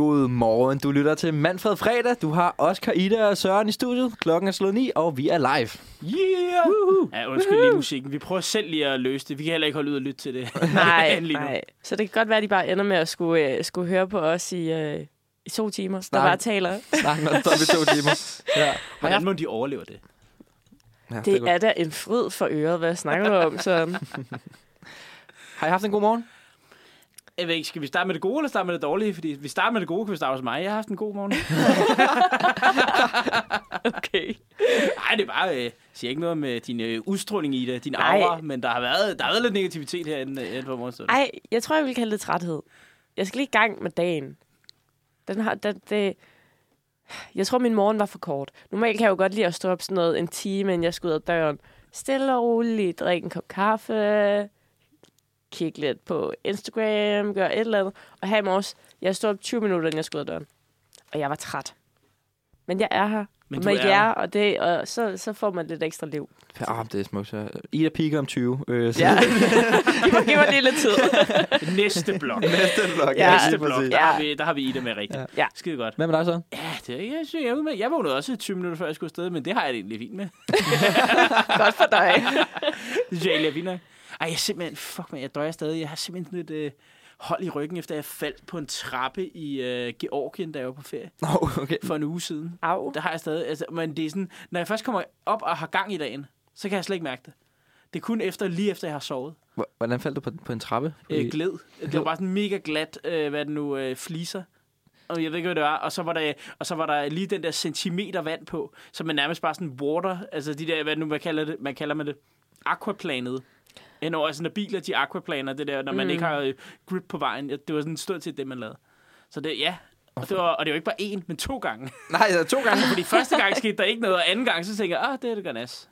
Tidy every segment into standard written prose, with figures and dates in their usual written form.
God morgen. Du lytter til Manfred Fredag. Du har Oscar, Ida og Søren i studiet. Klokken er slået 9, og vi er live. Yeah! Woohoo! Ja, undskyld lige musikken. Vi prøver selv lige at løse det. Vi kan heller ikke holde ud og lytte til det. Nej. Så det kan godt være, at de bare ender med at skulle høre på os i 2 timer. Der bare taler. Snakken om i 2 timer. Ja. Hvordan må de overleve det? Ja, det er da en fryd for øret. Hvad snakker du om, Søren? Har I haft en god morgen? Jeg ved ikke, skal vi starte med det gode, eller starte med det dårlige? Fordi vi starter med det gode, kan vi starte hos mig. Jeg har haft en god morgen. Okay. Nej, det er bare... siger ikke noget med din udstråling i det, din aura, men der har været lidt negativitet herinde på morgenstunden. Nej, jeg tror, jeg vil kalde det træthed. Jeg skal lige i gang med dagen. Jeg tror, min morgen var for kort. Normalt kan jeg jo godt lide at stå op sådan noget en time, inden jeg skal ud af døren. Stille og roligt, drikke en kop kaffe, kigge lidt på Instagram, gøre et eller andet. Og her i morges, jeg stod op 20 minutter, inden jeg skulle ud af døren. Og jeg var træt. Men jeg er her. Men med jer, og så får man lidt ekstra liv. Ja, det er smukt. Ida piker om 20. Ja. I må give mig lige lidt tid. Næste blok. Ja. Næste blok. Der har vi Ida med rigtigt. Ja. Skide godt. Hvad med dig så? Ja, jeg vågnede også 20 minutter før jeg skulle afsted, men det har jeg det egentlig fint med. Godt for dig. Det synes jeg egentlig er fint nok. Ej, jeg simpelthen, jeg døjer stadig. Jeg har simpelthen lidt hold i ryggen, efter jeg faldt på en trappe i Georgien, da jeg var på ferie. Okay. For en uge siden. Au. Der har jeg stadig, altså, men det er sådan, når jeg først kommer op og har gang i dagen, så kan jeg slet ikke mærke det. Det er kun lige efter jeg har sovet. Hvordan faldt du på en trappe? Gled. Det var bare sådan mega glat, fliser. Og jeg ved ikke, hvad det var. Og så var der lige den der centimeter vand på, så man nærmest bare sådan water, altså de der, hvad kalder man det? Aquaplanet. Over sådan, når biler, de aquaplaner, det der, når man ikke har grip på vejen. Det var sådan stort til det, man lavede. Så det, ja. Og det var jo ikke bare 1, men 2 gange. Nej, det var 2 gange. Fordi første gang skete der ikke noget, og anden gang, så tænkte jeg, det er det godt.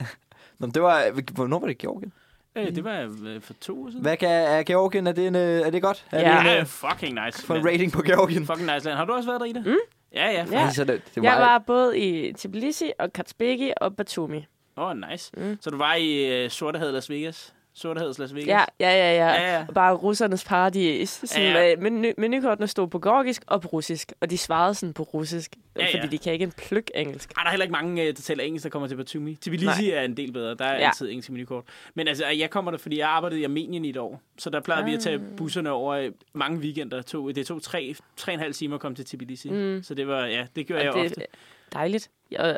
Hvornår var det Georgien? Det var for 2 år siden. Hvad er Georgien? Er det godt? Ja, fucking nice. For en rating på Georgien. Fucking nice land. Har du også været der, Ida? Ja. Jeg var både i Tbilisi og Kazbegi og Batumi. Nice. Så du var i Sortehavet Las Vegas? Las Vegas? Ja. Og bare russernes paradis. Menukortene stod på georgisk og på russisk. Og de svarede sådan på russisk. Fordi de kan ikke en pløk engelsk. Der er heller ikke mange, der taler engelsk, der kommer til Batumi. Tbilisi er en del bedre. Der er altid engelsk menukort. Men altså, jeg kommer der, fordi jeg arbejdede i Armenien i et år. Så der plejede vi at tage busserne over mange weekender. Det tog 3,5 timer at komme til Tbilisi. Så det var, det gjorde jeg ofte. Dejligt.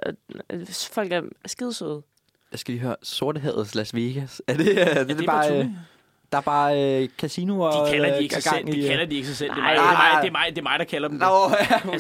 Folk er skidesøde. Jeg skal lige høre, Sortehavets Las Vegas. Er det bare... Der er bare casinoer. De kalder de ikke sig selv. Det er mig, der kalder dem det. Okay.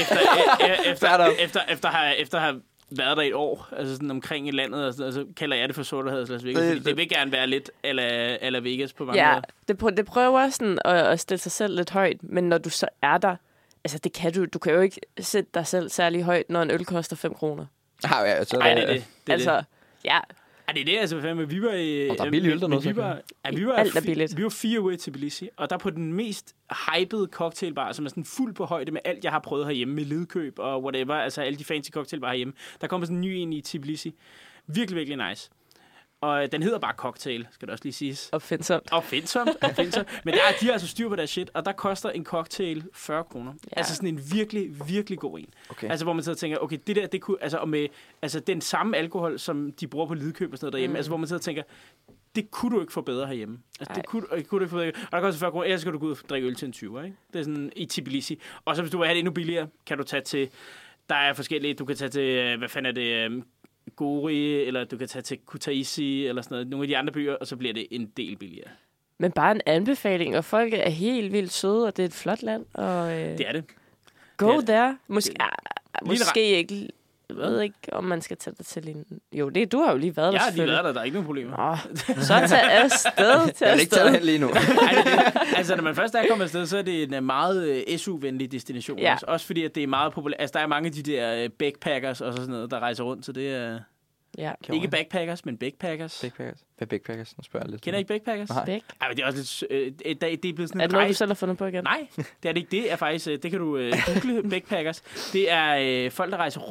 Altså, efter at have været der et år, altså sådan omkring i landet, og så kalder jeg det for Sortehavets Las Vegas. Fordi det vil gerne være lidt a la Vegas på mange måder. Det prøver sådan at stille sig selv lidt højt, men når du så er der, altså det kan du kan jo ikke sætte dig selv særlig højt, når en øl koster 5 kroner. Ja, så det er det. Altså, ja. Det er det, altså fandme. Vi var i... der er billig øl dernede. Alt er billigt. Vi var 4 uger i Tbilisi, og der på den mest hypede cocktailbar, som er sådan fuld på højde med alt, jeg har prøvet herhjemme, med lidkøb og whatever, altså alle de fancy cocktailbar herhjemme. Der kommer sådan en ny ind i Tbilisi. Virkelig, virkelig nice. Og den hedder bare cocktail, skal det også lige siges. Opfindsomt. Men de har altså styr på deres shit, og der koster en cocktail 40 kroner. Ja. Altså sådan en virkelig, virkelig god en. Okay. Altså hvor man så tænker, okay, det der, det kunne, altså og med altså den samme alkohol, som de bruger på lidkøb og sådan noget derhjemme, altså hvor man så tænker, det kunne du ikke få bedre herhjemme. Altså det kunne du ikke få bedre. Og der koster 40 kroner, ellers skal du gå ud og drikke øl til en 20'er, ikke? Det er sådan i Tbilisi. Og så hvis du vil have det endnu billigere, kan du tage til, der er forskellige, du kan tage til, hvad fanden er det, Gori, eller du kan tage til Kutaisi, eller sådan noget, nogle af de andre byer, og så bliver det en del billigere. Men bare en anbefaling, og folk er helt vildt søde, og det er et flot land. Og, det er det. Go there. Måske ikke. Jeg ved ikke, om man skal tage dig til en... Jo, du har jo lige været der, selvfølgelig. Ja, der er ikke nogen problemer. Så tag afsted. Jeg vil ikke tage hen lige nu. Altså, når man først er kommet afsted, så er det en meget SU-venlig destination. Ja. Også fordi, at det er meget populært. Altså, der er mange af de der backpackers og sådan noget, der rejser rundt, så det er... Ja. Ikke backpackers, men backpackers. Hvad er backpackers? Nu spørger jeg lidt. Kender I ikke backpackers? Nej. Ej, men det er også lidt... det er blevet sådan er det noget, du selv har fundet på igen? Nej, det er det ikke. Det er faktisk... Det kan du google, backpackers. Det er folk, der rejser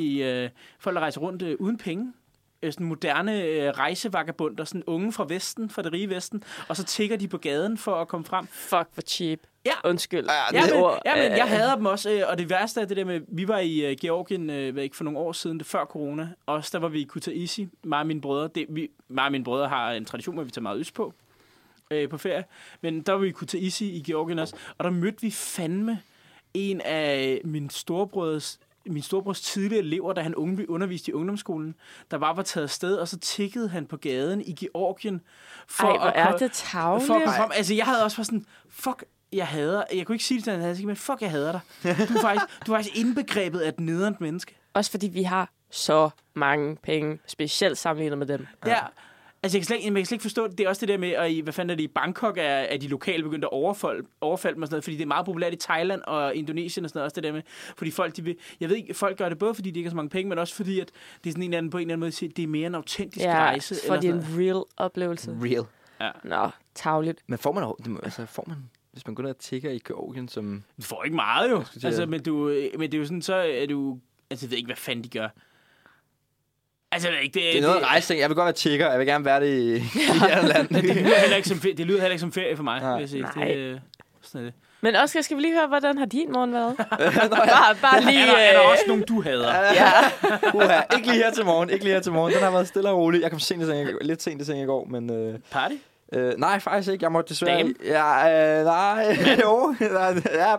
rundt uden penge. Sådan moderne rejsevagabunder, sådan unge fra Vesten, fra det rige Vesten, og så tigger de på gaden for at komme frem. Fuck, hvor cheap. Ja. Undskyld. Men jeg hader dem også, og det værste er det der med, vi var i Georgien ikke for nogle år siden, det før corona, og der var vi i Kutaisi, mig og mine brødre. Mig og mine brødre har en tradition, hvor vi tager meget øst på ferie, men der var vi i Kutaisi i Georgien også, og der mødte vi fandme en af min storebrors tidligere elever, da han underviste i ungdomsskolen, der var taget afsted, og så tikkede han på gaden i Georgien. Hvor er det tarveligt. Altså, jeg havde også været sådan, fuck, jeg kunne ikke sige det til han, men fuck, jeg hader dig. Du er faktisk indbegrebet af et nedernt menneske. Også fordi vi har så mange penge, specielt sammenlignet med dem. Ja. Altså, jeg kan slet ikke forstå det. Det er også det der med, at hvad fanden er det, i Bangkok er de lokale begyndt at overfalde dem og sådan noget, fordi det er meget populært i Thailand og Indonesien og sådan noget, også det der med, fordi folk, jeg ved ikke, folk gør det både, fordi de ikke har så mange penge, men også fordi, at det er sådan på en eller anden måde, at det er mere en autentisk rejse. Ja, fordi det er en real oplevelse. Real. Ja. Nå, tarveligt. Men får man, hvis man går ned og tigger i Georgien, som... Du får ikke meget jo. Altså, men det er jo sådan, så er du... Altså, jeg ved ikke, hvad fanden de gør. Altså, det er noget rejsning. Jeg vil godt være tigger. Jeg vil gerne være det i et land. Det lyder heller ikke som ferie for mig, vil jeg sige. Det, sådan er det. Men Oscar, skal vi lige høre, hvordan har din morgen været? bare lige... Er der også nogen, du hader? Ja. Ikke lige her til morgen. Den har været stille og rolig. Jeg kom lidt sent i seng i går, men... Party? Nej, faktisk ikke. Jeg måtte desværre... Dame? Nej. Jo. Ja.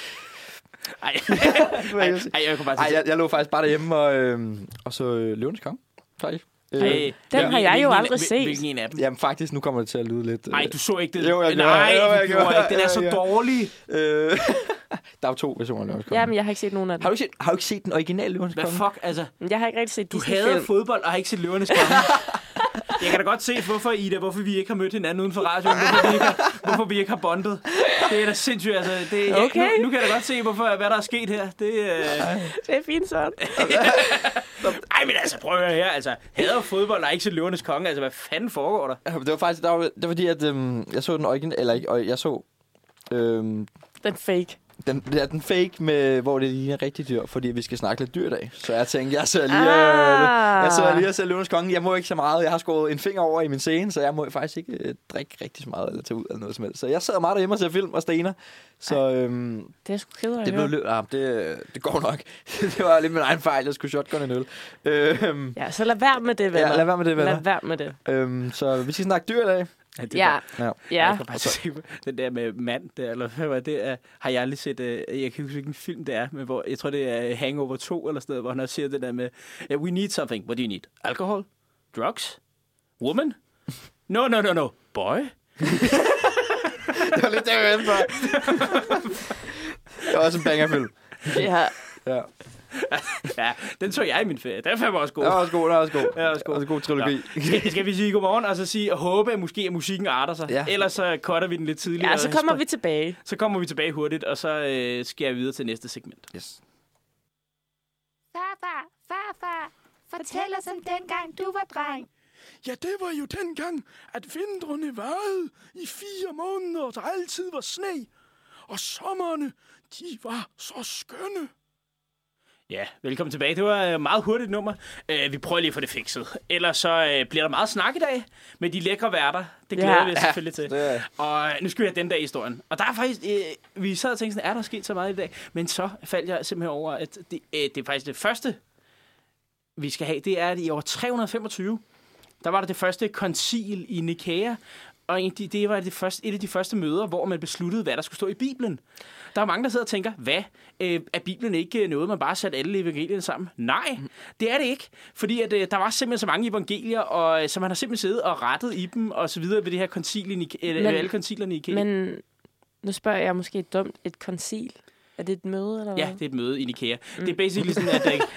Jeg lå faktisk bare derhjemme og så Løvenes Konge. Den har jeg jo aldrig set. Hvilken en af dem? Jamen faktisk, nu kommer det til at lyde lidt... Nej, du så ikke det. Jo, jeg gjorde ikke. Den er så dårlig. Der er jo 2 versioner af Løvenes Konge. Jamen, jeg har ikke set nogen af dem. Har du ikke set den originale Løvenes Konge? Hvad fuck, altså? Jeg har ikke rigtig set Du hader fodbold og har ikke set Løvenes Konge. Jeg kan da godt se, hvorfor vi ikke har mødt hinanden uden for radioen. Hvorfor vi ikke har bondet. Det er da sindssygt. Altså, okay. Nu kan jeg da godt se, hvad der er sket her. Det er fint sådan. Ej, men altså, prøv at høre her. Altså, hader fodbold og ikke set Løvenes Konge. Altså, hvad fanden foregår der? Det var faktisk, det var fordi, at jeg så den original, eller ikke, og jeg så... Den fake. Den fake, med, hvor det ligner rigtig dyr, fordi vi skal snakke lidt dyr i dag. Så jeg tænkte, jeg sidder lige og ser Løvenes Konge. Jeg må ikke så meget. Jeg har skåret en finger over i min scene, så jeg må faktisk ikke drikke rigtig så meget eller tage ud eller noget som helst. Så jeg sidder meget derhjemme og ser film og stener. Så det er sgu ked af det går nok. Det var lidt min egen fejl. Jeg skulle shotgun en øl. Ja, så lad være med det, venner. Ja, lad være med det, venner. Lad være med det. Så vi skal snakke dyr i dag. Ja. Jeg kan bare se den der med mand der, eller hvad var det? Har jeg aldrig set, jeg kan ikke huske, hvilken film det er, men hvor, jeg tror, det er Hangover 2 eller sådan noget, hvor han også siger det der med, we need something. What do you need? Alcohol? Drugs? Woman? No. Boy? Det var lidt der, jeg det var også en bangerfilm. Ja. Ja, den så jeg i min ferie. Den var også god. Det var også god trilogi. Skal vi sige godmorgen, og så sige og håbe, at måske musikken arter sig. Ja. Ellers så cutter vi den lidt tidligere. Ja, så kommer vi tilbage. Så kommer vi tilbage hurtigt, og så skal jeg videre til næste segment. Yes. Farfar, fortæl os om dengang, du var dreng. Ja, det var jo dengang, at vintrene varede i 4 måneder, og der altid var sne. Og sommerne, de var så skønne. Ja, velkommen tilbage. Det var et meget hurtigt nummer. Vi prøver lige at få det fikset. Ellers så bliver der meget snak i dag med de lækre værter. Det glæder vi os selvfølgelig til. Det. Og nu skal vi have den der historien. Og der er faktisk... vi sad og tænkte sådan, er der sket så meget i dag? Men så faldt jeg simpelthen over, at det er faktisk det første, vi skal have. Det er, at i år 325, der var det første koncil i Nikæa. Og det var et af de første møder, hvor man besluttede, hvad der skulle stå i Bibelen. Der er mange, der sidder og tænker, hvad? Er Bibelen ikke noget, man bare satte alle evangelierne sammen? Nej, det er det ikke. Fordi at, der var simpelthen så mange evangelier, og så man har simpelthen siddet og rettet i dem, og så videre ved det her koncil alle koncilerne i Nikæa. Men nu spørger jeg måske dumt, et koncil? Er det et møde, eller hvad? Ja, det er et møde i Nikæa. Det er basically sådan,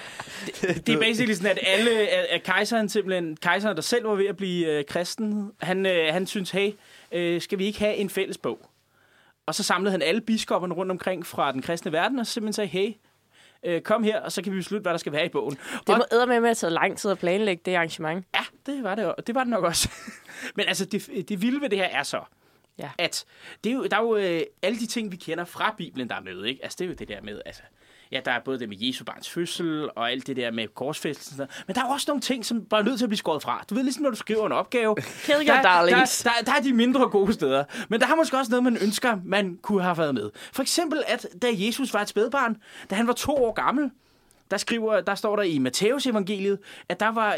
at at kejseren, der selv var ved at blive kristen, han synes, hey, skal vi ikke have en fælles bog? Og så samlede han alle biskopperne rundt omkring fra den kristne verden, og så simpelthen sagde, hey, kom her, og så kan vi beslutte, hvad der skal være i bogen. Det må eddermame at tage lang tid at planlægge det arrangement. Ja, det var det nok også. Men altså, det vilde ved det her er så, at det er jo, der er jo alle de ting, vi kender fra Bibelen, der er med, ikke? Altså, det er jo det der med, altså... Ja, der er både det med Jesu barns fødsel, og alt det der med korsfæstelsen. Men der er også nogle ting, som bare er nødt til at blive skåret fra. Du ved, ligesom når du skriver en opgave. Kill your darlings. Der er de mindre gode steder. Men der er måske også noget, man ønsker, man kunne have været med. For eksempel, at da Jesus var et spædbarn, da han var 2 år gammel, der står der i Matteus evangeliet, at der var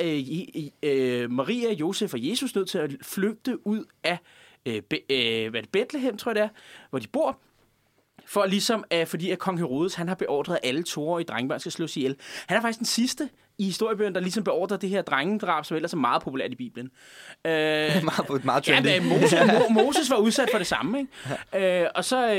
Maria, Josef og Jesus nødt til at flygte ud af Bethlehem, tror jeg det er, hvor de bor. For ligesom, fordi at kong Herodes, han har beordret, at alle 2-årige drengebørn skal slås ihjel. Han er faktisk den sidste i historiebøgerne, der ligesom beordrer det her drengedrab, som ellers er meget populært i Bibelen. meget trendy. Ja, Moses var udsat for det samme, ikke? Og så,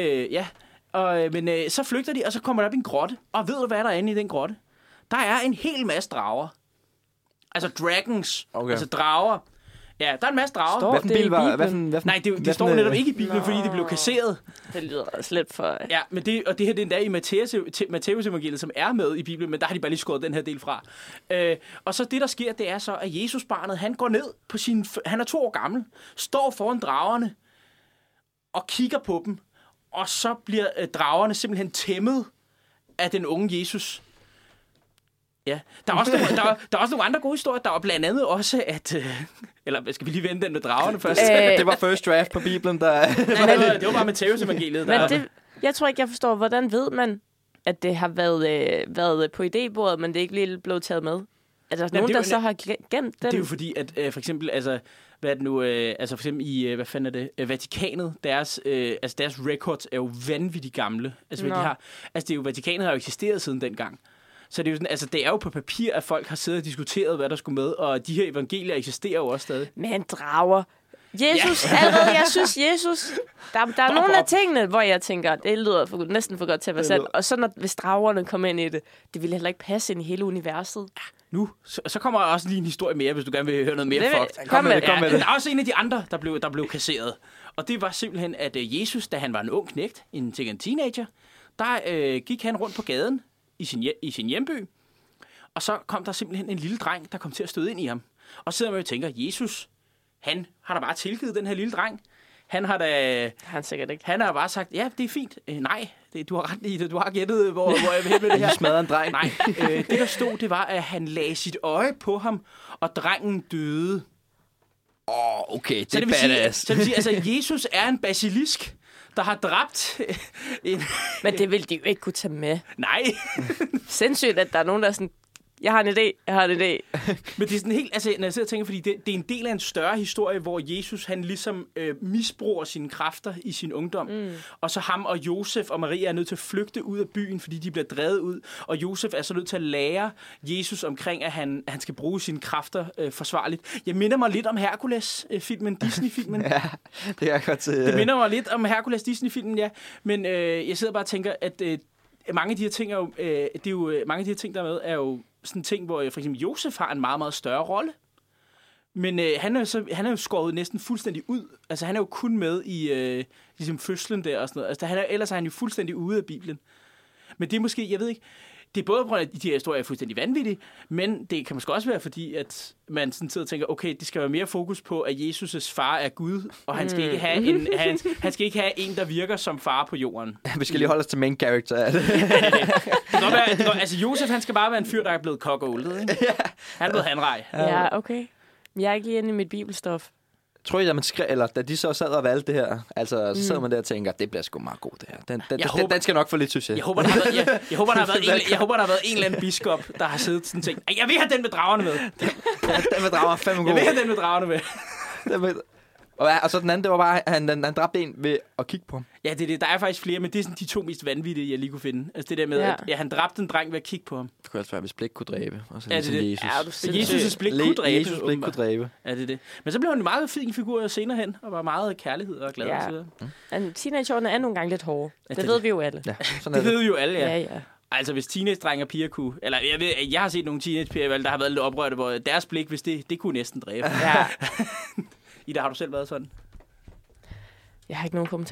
men så flygter de, og så kommer der op i en grotte. Og ved du, hvad der er inde i den grotte? Der er en hel masse drager. Altså dragons. Okay. Altså drager. Ja, der er en masse drager. Hvad for en bil var? Nej, det står netop ikke i Bibelen, fordi det blev kasseret. Det lyder slet for... Ja, men det her det er endda i Matteus evangeliet, som er med i Bibelen, men der har de bare lige skåret den her del fra. Og så det, der sker, det er så, at Jesusbarnet, han går ned på han er 2 år gammel, står foran dragerne og kigger på dem, og så bliver dragerne simpelthen tæmmet af den unge Jesus. Ja, der er også nogle andre gode historier. Der var blandt andet også, at... eller skal vi lige vende den med dragerne først? Det var first draft på Bibelen, der... det var bare Matteus evangeliet. Der... jeg tror ikke, jeg forstår, hvordan ved man, at det har været på idébordet, men det ikke blev taget med? Altså, nogen, der så har gemt den? Det er jo fordi, at for eksempel... Altså, hvad er det nu? Altså for eksempel i, hvad fanden er det? Vatikanet, deres records er jo vanvittigt gamle. Altså, hvad de har, altså det er jo, Vatikanet har jo eksisteret siden dengang. Så det er jo sådan, altså det er jo på papir, at folk har siddet og diskuteret, hvad der skulle med, og de her evangelier eksisterer jo også stadig. Men drager. Jesus, allerede, jeg synes Jesus. Der er nogle af tingene, hvor jeg tænker, det lyder næsten for godt til at være sandt. Og så hvis dragerne kommer ind i det, det ville heller ikke passe ind i hele universet. Nu, så kommer der også lige en historie mere, hvis du gerne vil høre noget mere fucked. Kom med det. Der er også en af de andre, der blev kasseret. Og det var simpelthen, at Jesus, da han var en ung knægt, en teenager, der gik han rundt på gaden, i sin hjemby, og så kom der simpelthen en lille dreng, der kom til at støde ind i ham. Og så sidder man og tænker, Jesus, han har da bare tilgivet den her lille dreng. Han har sikkert ikke. Han har bare sagt, ja, det er fint. Nej, du har ret i det. Du har gættet, hvor jeg vil hen med det her. Du smadrer en dreng. Nej, det der stod, det var, at han lagde sit øje på ham, og drengen døde. Okay, det er badass. Så det vil sige, altså, Jesus er en basilisk, der har dræbt en... Men det vil de jo ikke kunne tage med. Nej. Sindssygt, at der er nogen, der er sådan... Jeg har en idé. Men det er sådan helt... Altså, når jeg sidder og tænker, fordi det er en del af en større historie, hvor Jesus, han ligesom misbruger sine kræfter i sin ungdom. Og så ham og Josef og Maria er nødt til at flygte ud af byen, fordi de bliver drevet ud. Og Josef er så nødt til at lære Jesus omkring, at han skal bruge sine kræfter forsvarligt. Jeg minder mig lidt om Hercules-filmen, Disney-filmen. Ja, det er godt til... Det minder mig lidt om Hercules Disney-filmen, ja. Men jeg sidder bare og tænker, at mange af de her ting mange af de her ting, der er med, er jo sådan ting, hvor for eksempel Josef har en meget, meget større rolle. Men han er jo skåret næsten fuldstændig ud. Altså, han er jo kun med i ligesom fødslen der og sådan noget. Altså, ellers er han jo fuldstændig ude af Bibelen. Men det er måske, jeg ved ikke, det er både på grund af, at de her historier er fuldstændig vanvittige, men det kan måske også være, fordi at man sådan sidder og tænker, okay, det skal være mere fokus på, at Jesus' far er Gud, og han skal ikke have han skal ikke have en, der virker som far på jorden. Vi skal lige holde os til main character af det. Altså, Josef, han skal bare være en fyr, der er blevet kokkeoldet, ikke? Han er blevet hanrej. Ja, okay. Jeg er ikke lige inde i mit bibelstof. Tror I, da de så sad og valgte det her, altså, så sidder man der og tænker, det bliver sgu meget god, det her. Den skal nok få lidt succes. Jeg håber, der har været en eller anden biskop, der har siddet sådan og tænkt, jeg vil have den med dragerne med. Den med dragerne er fandme god. Jeg vil have den med dragerne med. Og så den anden, det var bare, han dræbte en ved at kigge på ham. Ja, det er det. Der er faktisk flere, men det er sådan de 2 mest vanvittige, jeg lige kunne finde. Altså det der med, at han dræbte en dreng ved at kigge på ham. Det kunne altså være, hvis blik kunne dræbe. Og så det. Jesus. Jesus' blik kunne dræbe. Jesus' blik kunne dræbe. Ja, det er det. Men så blev han en meget fin figur senere hen, og var meget kærlighed og glad og så videre. Teenageårene er nogle gange lidt hårde. Det ved vi jo alle. Ja, det ved vi jo alle, ja. Altså, hvis teenage-drenge og piger kunne... Eller, jeg har set nogle teenage-piger, der har været lidt oprørte, hvor deres blik, hvis det kunne næsten dræbe. Ja. Ida, har du selv været sådan? Jeg har ikke nogen kommentar.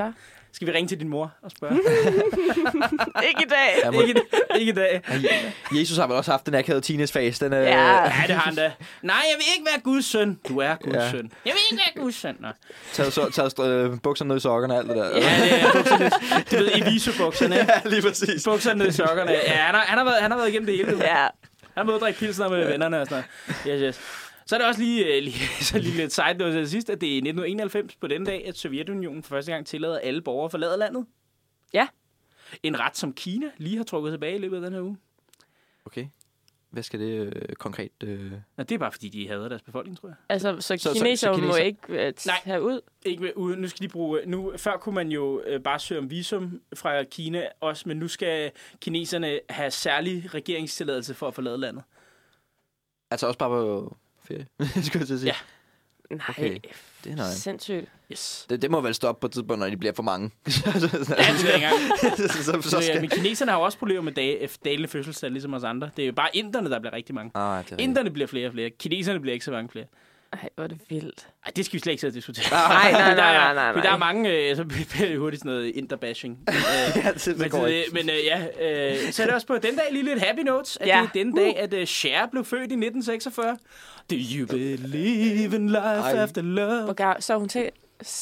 Skal vi ringe til din mor og spørge? Ikke i dag. Ikke i dag. Jesus har vel også haft den akavet teenage-fase. Den, Ja, det har han da. Nej, jeg vil ikke være Guds søn. Du er Guds søn. Jeg vil ikke være Guds søn. Nå. Taget bukserne ned i sokkerne og alt det der. Ja, det er bukserne. Du ved, Eviso-bukserne. Ja, lige præcis. Bukserne ned i sokkerne. Ja, han har været igennem det hele. ja. Han har været at drikke pilsner med vennerne og sådan noget. Yes. Så er det også lige lidt side note til sidst, at det er 1991 på den dag, at Sovjetunionen for første gang tillader alle borgere at forlade landet. Ja. En ret, som Kina lige har trukket tilbage i løbet af den her uge. Okay. Hvad skal det konkret... Nå, det er bare fordi, de hader deres befolkning, tror jeg. Altså, så kineser må ikke tage ud? Ikke ud. Nu skal de bruge... Før kunne man jo bare søge om visum fra Kina også, men nu skal kineserne have særlig regeringstilladelse for at forlade landet. Altså også bare på ferie, skulle jeg sige. Ja. Nej, okay. Det er noget. Sindssygt. Yes. Det må vel stoppe på et tidspunkt, når de bliver for mange. Ja, det er engang. så skal... Men kineserne har jo også problemer med dalende fødselstal, ligesom os andre. Det er jo bare inderne, der bliver rigtig mange. Inderne bliver flere og flere. Kineserne bliver ikke så mange flere. Ej, hvor er det vildt. Ej, det skal vi slet ikke sidde og diskutere. Nej. Der er mange, så bliver det hurtigt sådan noget interbashing. Så er det også på den dag lige lidt happy notes, at det er den dag, at Cher blev født i 1946. Do you believe in life after love? Så er hun til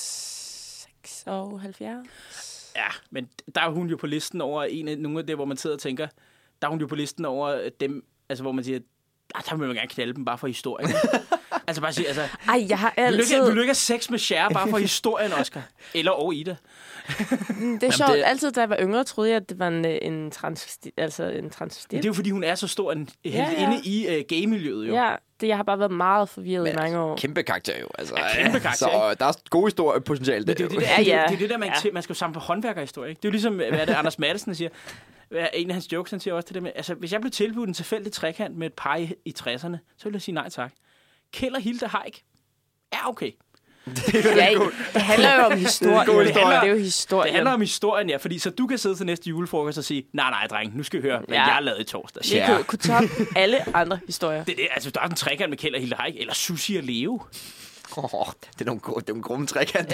76? Ja, men der er hun jo på listen over nogle af det, hvor man sidder og tænker, der er hun jo på listen over dem, altså hvor man siger, der vil man gerne knalde dem bare for historien. Altså bare sige, altså... Ej, jeg har altid... Vil du ikke have sex med Cher bare for historien, Oscar? Eller over Ida? Det er sjovt. Altid, da jeg var yngre, troede jeg, at det var en transvestit. Det er jo, fordi hun er så stor inde i gay-miljøet, jo. Ja, jeg har bare været meget forvirret i mange år. Kæmpe karakter, jo. Altså, kæmpe karakter, så der er gode historie potentiale der. Det er det der, man skal jo samle på håndværkerhistorie, ikke? Det er jo ligesom, hvad det Anders Madsen siger. En af hans jokes, han siger også det der med, altså, hvis jeg blev tilbudt en tilfældig trekant med et par i 60'erne, så ville jeg sige nej tak. Kjeld og Hilde Haik er okay. Det handler jo om historien. Det er jo historien. Det handler om historien, ja, fordi så du kan sidde til næste julefrokost og sige, nej, dreng, nu skal vi høre, hvad jeg lavede i torsdag. Det kunne toppe alle andre historier. Det er det, altså, der er en trekant med Kjeld og Hilde Haik, eller Susie og Leo. Det er nogle grumme trekanter.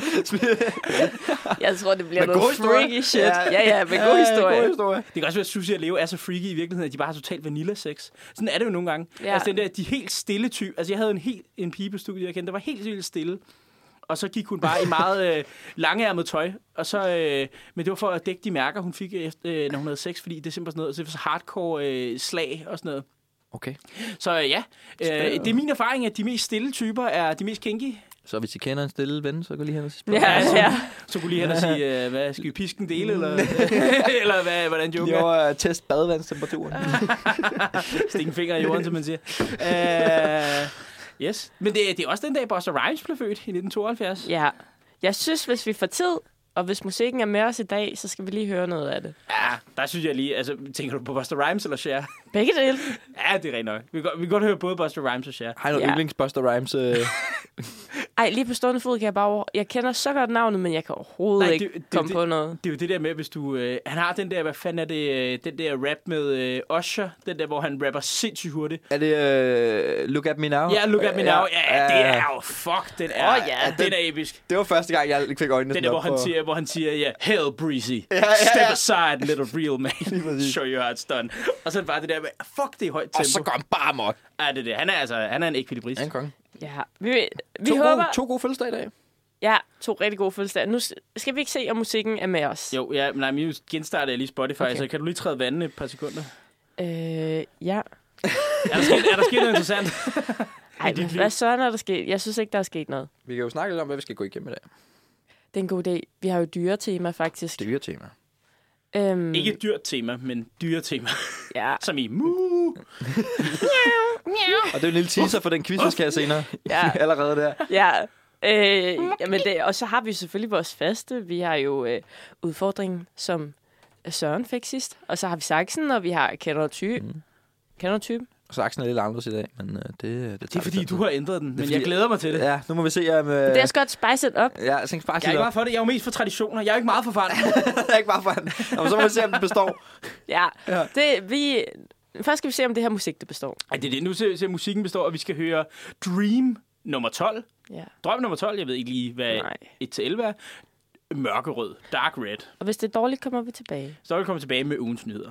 Jeg tror, det bliver noget freaky shit. Ja, med god historie. Det kan også være, at Susie og Leo er så freaky i virkeligheden, at de bare har totalt vanilla-sex. Sådan er det jo nogle gange. Ja. Altså, de helt stille type. Altså, jeg havde en pige på studiet, jeg kendte, der var helt vildt stille. Og så gik hun bare i meget langærmet tøj. Og så, men det var for at dække de mærker, hun fik, når hun havde sex, fordi det er simpelthen sådan noget, så det var så hardcore slag og sådan noget. Okay. Så det er min erfaring, at de mest stille typer er de mest kinky. Så hvis I kender en stille ven, så gå lige hen og spørge. Så gå lige hen og sige, hvad skal vi pisken dele, eller eller hvordan joker? Jo, test badevandstemperaturen. Stik en finger i jorden, som man siger. Yes. Men det er også den dag, Busta Rhymes blev født i 1972. Ja. Jeg synes, hvis vi får tid, og hvis musikken er med os i dag, så skal vi lige høre noget af det. Ja, der synes jeg lige... Altså, tænker du på Busta Rhymes eller Cher? Begge dele. Ja, det er rent nok. Vi kan godt høre både Busta Rhymes og Cher. Har du yndlings Busta Rhymes? Ej, lige på stående fod kan jeg bare... Jeg kender så godt navnet, men jeg kan overhovedet ikke komme på noget. Det er jo det der med, hvis du... han har den der... Hvad fanden er det? Den der rap med Usher. Den der, hvor han rapper sindssygt hurtigt. Er det Look At Me Now? Ja, Look At Me Now. Ja, det er jo... Fuck, den er... den er episk. Det var første gang, jeg fik øjnene den der, hvor han siger, Hell Breezy. Step aside, little real man. Show you how it's done. Og så bare det der med... Fuck, det er højt tempo. Og så går han bare amok. Ja, det er det. Han er en ekvilibris. Han er en konge. Ja, vi håber... To gode fødselsdage i dag. Ja, 2 rigtig gode fødselsdage. Nu skal vi ikke se, om musikken er med os. Jo, ja, men nu genstarter jeg lige Spotify, så kan du lige træde vandet et par sekunder? Ja. Er der sket noget interessant? Ej, hvad søren er der sket? Jeg synes ikke, der er sket noget. Vi kan jo snakke lidt om, hvad vi skal gå igennem i dag. Det er en god idé. Vi har jo dyretema, faktisk. Dyretema. Ikke et dyrt tema, men dyretema. Ja. Som i mu. Og det er en lille teaser for den quiz, vi skal have senere. Ja. Allerede der. Ja. Jamen og så har vi selvfølgelig vores faste. Vi har jo udfordringen, som Søren fik sidst. Og så har vi saksen, og vi har kender typen. Kender typen? Saksen er lidt anderledes i dag, men det er fordi, du har ændret den, men jeg glæder mig til det. Ja, nu må vi se om... Det er også godt spice it up. Ja, jeg tænker jeg er ikke meget for det. Jeg er jo mest for traditioner. Jeg er ikke meget for forandring. Jeg er ikke meget for forandring. Og så må vi se, om det består. Ja. Først skal vi se, om det her musik, det består. Ej, det er det. Nu ser musikken består, og vi skal høre Dream nummer 12. Ja. Drøm nummer 12. Jeg ved ikke lige, hvad 1-11 er. mørkerød, dark red. Og hvis det er dårligt, kommer vi tilbage. Så vil vi komme tilbage med ugens nyheder.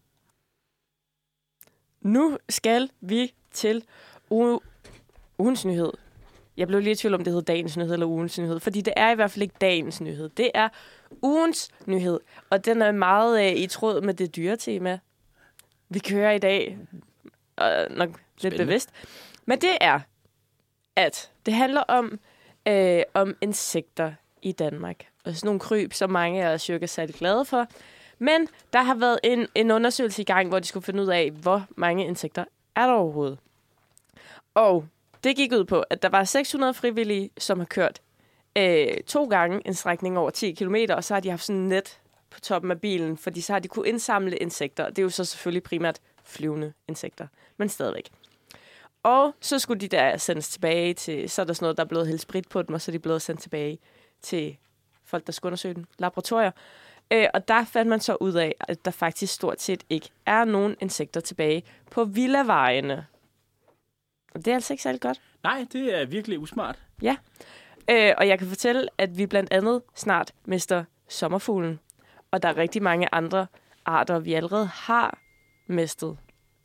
Nu skal vi til ugens nyhed. Jeg blev lige i tvivl om, det hedder dagens nyhed eller ugens nyhed, fordi det er i hvert fald ikke dagens nyhed. Det er ugens nyhed, og den er meget i tråd med det dyretema, vi kører i dag. Nok lidt bevidst. Men det er, at det handler om insekter i Danmark. Og sådan nogle kryb, som mange af os jo ikke er særlig glade for. Men der har været en undersøgelse i gang, hvor de skulle finde ud af, hvor mange insekter er der overhovedet. Og det gik ud på, at der var 600 frivillige, som har kørt 2 gange en strækning over 10 km, og så har de haft sådan en net på toppen af bilen, fordi så har de kunne indsamle insekter. Det er jo så selvfølgelig primært flyvende insekter, men stadigvæk. Og så skulle de der sendes tilbage til, så er der sådan noget, der er blevet hældt sprit på dem, og så er de blevet sendt tilbage til folk, der skulle undersøge dem, laboratorier. Og der fandt man så ud af, at der faktisk stort set ikke er nogen insekter tilbage på villavejene. Og det er altså ikke særlig godt. Nej, det er virkelig usmart. Ja, og jeg kan fortælle, at vi blandt andet snart mister sommerfuglen. Og der er rigtig mange andre arter, vi allerede har mistet.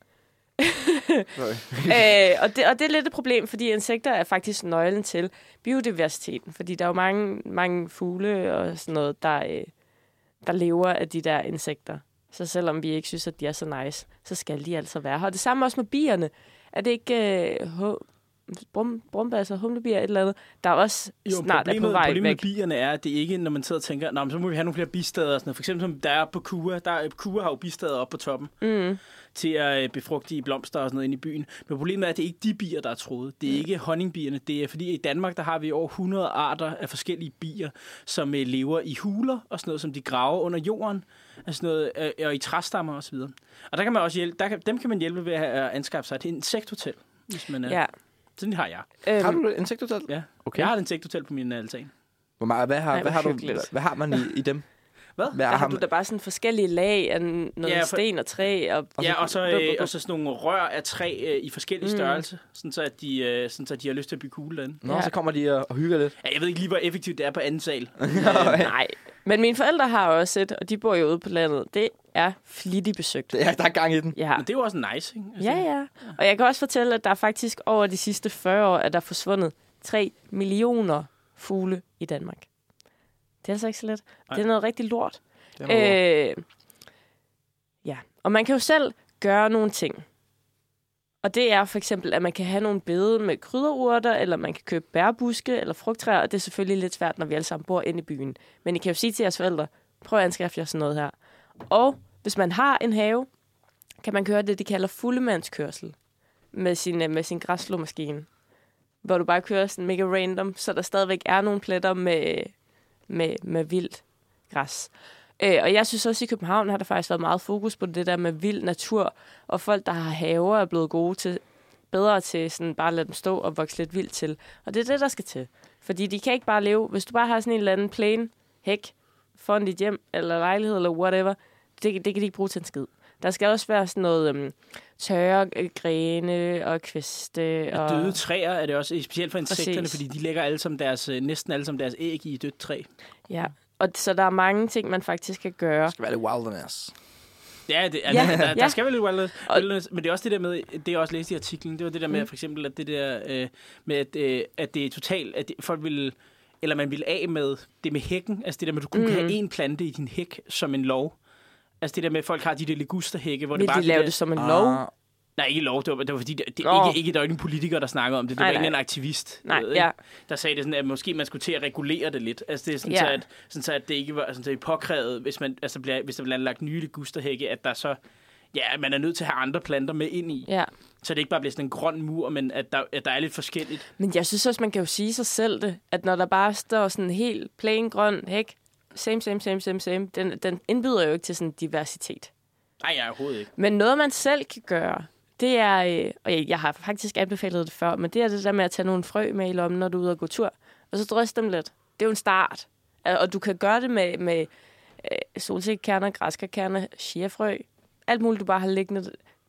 Og det er lidt et problem, fordi insekter er faktisk nøglen til biodiversiteten. Fordi der er jo mange fugle og sådan noget, der lever af de der insekter. Så selvom vi ikke synes, at de er så nice, så skal de altså være her. Og det samme også med bierne. Er det ikke brumbasser, humlebier, et eller andet, der også snart er på vej væk? Problemet med bierne er, at det ikke, når man sidder og tænker, så må vi have nogle flere bistader. Og sådan noget. For eksempel som der er på Kua. Kua har jo bistader oppe på toppen til at befrugte i blomster og sådan noget inde i byen. Men problemet er, at det er ikke de bier, der er troet. Det er ikke honningbierne. Det er fordi, i Danmark der har vi over 100 arter af forskellige bier, som lever i huler og sådan noget, som de graver under jorden. Altså noget, og i træstammer og så videre. Og der kan man også hjælpe, dem kan man hjælpe ved at anskaffe sig et insekthotel, hvis man er. Ja. Sådan har jeg. Har du et insekthotel? Ja. Okay. Jeg har et insekthotel på min altan. Hvad har man i dem? Hvad? Der har du da bare sådan forskellige lag af noget sten og træ. Og så sådan nogle rør af træ i forskellige størrelse, sådan så at de har lyst til at blive cool derinde. Nå, så kommer de og hygger lidt. Ja, jeg ved ikke lige, hvor effektivt det er på anden sal. Nej, men mine forældre har også et, og de bor jo ude på landet. Det er flittigt besøgt. Ja, der er gang i den. Ja. Men det er jo også nice, ikke? Altså, ja. Og jeg kan også fortælle, at der faktisk over de sidste 40 år, at der er forsvundet 3 millioner fugle i Danmark. Det er altså ikke så let. Nej. Det er noget rigtig lort. Ja, og man kan jo selv gøre nogle ting. Og det er for eksempel, at man kan have nogle bede med krydderurter, eller man kan købe bærbuske eller frugttræer, og det er selvfølgelig lidt svært, når vi alle sammen bor inde i byen. Men I kan jo sige til jeres forældre, prøv at anskaffe jer sådan noget her. Og hvis man har en have, kan man køre det, de kalder fuldemandskørsel med sin græsslåmaskine. Hvor du bare kører sådan mega random, så der stadigvæk er nogle pletter med vildt græs. Og jeg synes også, i København har der faktisk været meget fokus på det der med vild natur, og folk, der har haver, er blevet bedre til sådan bare at lade dem stå og vokse lidt vildt til. Og det er det, der skal til. Fordi de kan ikke bare leve, hvis du bare har sådan en eller anden plain hæk foran dit hjem, eller lejlighed, eller whatever, det kan de ikke bruge til en skid. Der skal også være sådan noget tørre grene og kviste. Og døde træer er det også, specielt for insekterne, fordi de lægger næsten alle sammen deres æg i et dødt træ. Ja, og så der er mange ting, man faktisk kan gøre. Det skal være lidt wilderness. Ja, der skal være lidt wilderness, men det er også det der med, det jeg også læste i artiklen, det var det der med for eksempel, at det der med, at det er totalt, at folk vil, eller man vil af med det med hækken, altså det der med, at du kun kan have én plante i din hæk som en lov. Altså det der med, at folk har de der ligusterhække, hvor det bare... Vil de lave det som en lov? Nej, ikke lov. Det var fordi, der er ikke en politiker, der snakker om det. Det var ikke en aktivist, der sagde det sådan, at måske man skulle til at regulere det lidt. Altså det er sådan, så at det ikke var sådan, så det påkrævet, hvis der bliver lagt nye ligusterhække, at der så... Ja, man er nødt til at have andre planter med ind i. Ja. Så det ikke bare bliver sådan en grøn mur, men at der er lidt forskelligt. Men jeg synes også, man kan jo sige sig selv det, at når der bare står sådan en helt plain grøn hæk, same, den indbyder jo ikke til sådan diversitet. Nej, overhovedet ikke. Men noget, man selv kan gøre, det er, og jeg har faktisk anbefalet det før, men det er det der med at tage nogle frø med i lommen, når du er ude og gå tur, og så drysse dem lidt. Det er jo en start. Og du kan gøre det med solsikkerkerner, græskarkerner, chiafrø, alt muligt, du bare har liggende.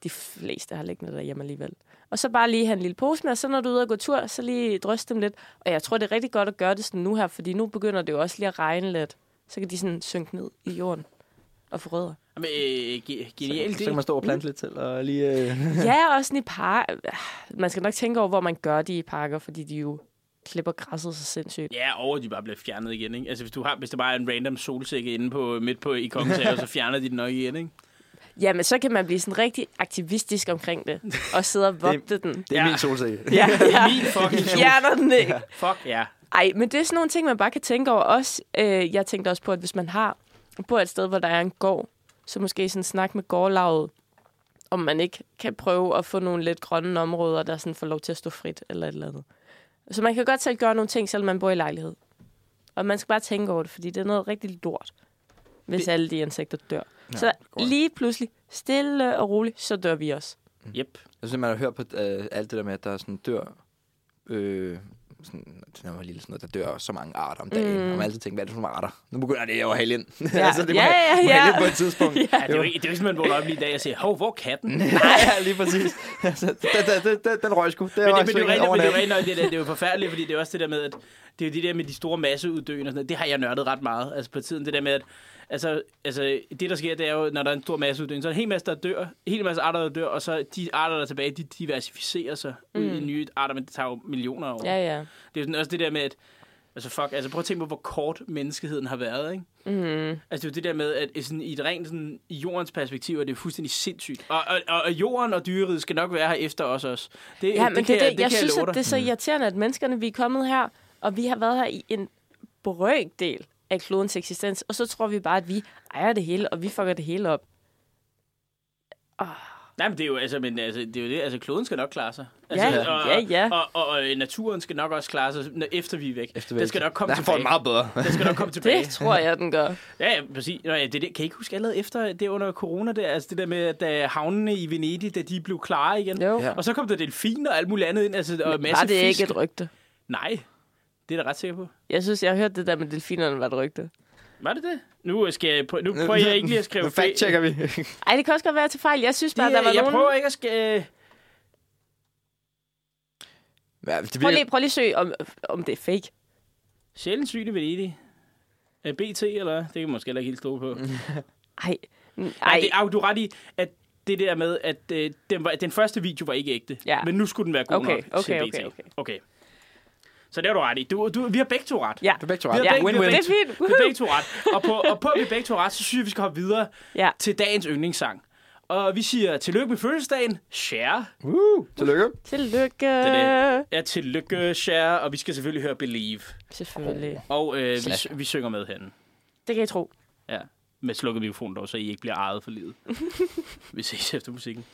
de fleste har liggende derhjemme alligevel. Og så bare lige have en lille pose med, og så når du er ude og gå tur, så lige dryste dem lidt. Og jeg tror, det er rigtig godt at gøre det sådan nu her, fordi nu begynder det jo også lige at regne lidt. Så kan de sådan synke ned i jorden og få rødder. Genialt. Så kan man stå og plante lidt til, og lige... Ja, også sådan i parker. Man skal nok tænke over, hvor man gør de i parker, fordi de jo klipper græsset så sindssygt. Ja, og de bare bliver fjernet igen, ikke? Altså, hvis der bare er en random solsikke inde i Kongens Have, så fjerner de den nok igen, ikke? Ja, men så kan man blive sådan rigtig aktivistisk omkring det, og sidde og vogte den. Det er min solsikke. Ja, Det er min fucking sol. fjerner den ikke. Fuck, ja. Ej, men det er sådan nogle ting, man bare kan tænke over også. Jeg tænkte også på, at hvis man bor et sted, hvor der er en gård, så måske sådan snak med gårdlaget, om man ikke kan prøve at få nogle lidt grønne områder, der sådan får lov til at stå frit, eller et eller andet. Så man kan godt selv gøre nogle ting, selvom man bor i lejlighed. Og man skal bare tænke over det, fordi det er noget rigtig lort, hvis alle de insekter dør. Ja, så lige pludselig, stille og roligt, så dør vi også. Yep. Jeg synes, man har hørt på alt det der med, at der sådan dør... sådan, når man var lille, sådan noget, der dør så mange arter om dagen. Og man altid tænker, hvad er det for nogle arter? Nu begynder det jo at hælde ind. Ja. Altså, det må hælde ind på et tidspunkt. Ja, det er jo ikke sådan, man vågner op lige i dag og siger, hov, hvor er katten? Nej, lige præcis. Altså, den røg sgu. Det er jo forfærdeligt, fordi det er også det der med, at det er jo det der med de store masseuddøen og sådan noget. Det har jeg nørdet ret meget. Altså på tiden, det der med, at altså, det der sker, det er jo, når der er en stor masseuddøen, så er der en hel masse, der dør, en hel masse arter, der dør, og så de arter, der er tilbage, de diversificerer sig ud i nye arter, men det tager jo millioner af år. Ja. Det er jo sådan også det der med, at altså prøv at tænke på, hvor kort menneskeheden har været, ikke? Altså det er jo det der med, at sådan, i et rent sådan, i jordens perspektiv er det fuldstændig sindssygt. Og jorden og dyreriget skal nok være her efter os også. Jeg synes, at det er så irriterende, at menneskerne, vi er kommet her, og vi har været her i en brøkdel af klodens eksistens, og så tror vi bare, at vi ejer det hele, og vi fucker det hele op. Nej, men det er jo det er jo det. Altså, kloden skal nok klare sig. Altså, ja. Og naturen skal nok også klare sig, efter vi er væk. Den skal nok komme tilbage. får det meget bedre. Den skal nok komme tilbage. Det tror jeg, den gør. Ja, præcis. Nå, ja, kan I ikke huske allerede efter det under corona, altså det der med, at da havnene i Venedig, da de blev klare igen. Jo. Og så kom der delfiner og alt muligt andet ind. Altså, og masse var det fisk. ikke et rygte? Nej, det er da ret sikker på. Jeg synes, jeg har hørt det der med delfinerne var et rygte. Var det det? Nu prøver jeg ikke lige at skrive... Nu fact-checker vi. Ej, det kan også godt være til fejl. Jeg synes bare, der var nogen... Jeg prøver ikke at skrive... Prøv lige at søge, om det er fake. Sjældent syg i Venedig. BT, eller det kan man måske heller ikke helt stå på. Ej. Du er ret i, at det der med, at den første video var ikke ægte. Ja. Men nu skulle den være god nok til BT. Okay. Så det har du ret i. Vi har begge to ret. Ja. Du har begge to ret. Det er fint. Vi har begge to ret. Og på at vi begge to ret, så synes jeg, vi skal hoppe videre til dagens yndlingssang. Og vi siger tillykke med fødselsdagen, Cher. Tillykke. Tillykke. Ja, tillykke, Cher. Og vi skal selvfølgelig høre Believe. Selvfølgelig. Og vi synger med hende. Det kan I tro. Ja, med slukket mikrofon dog, så I ikke bliver ejet for livet. Vi ses efter musikken.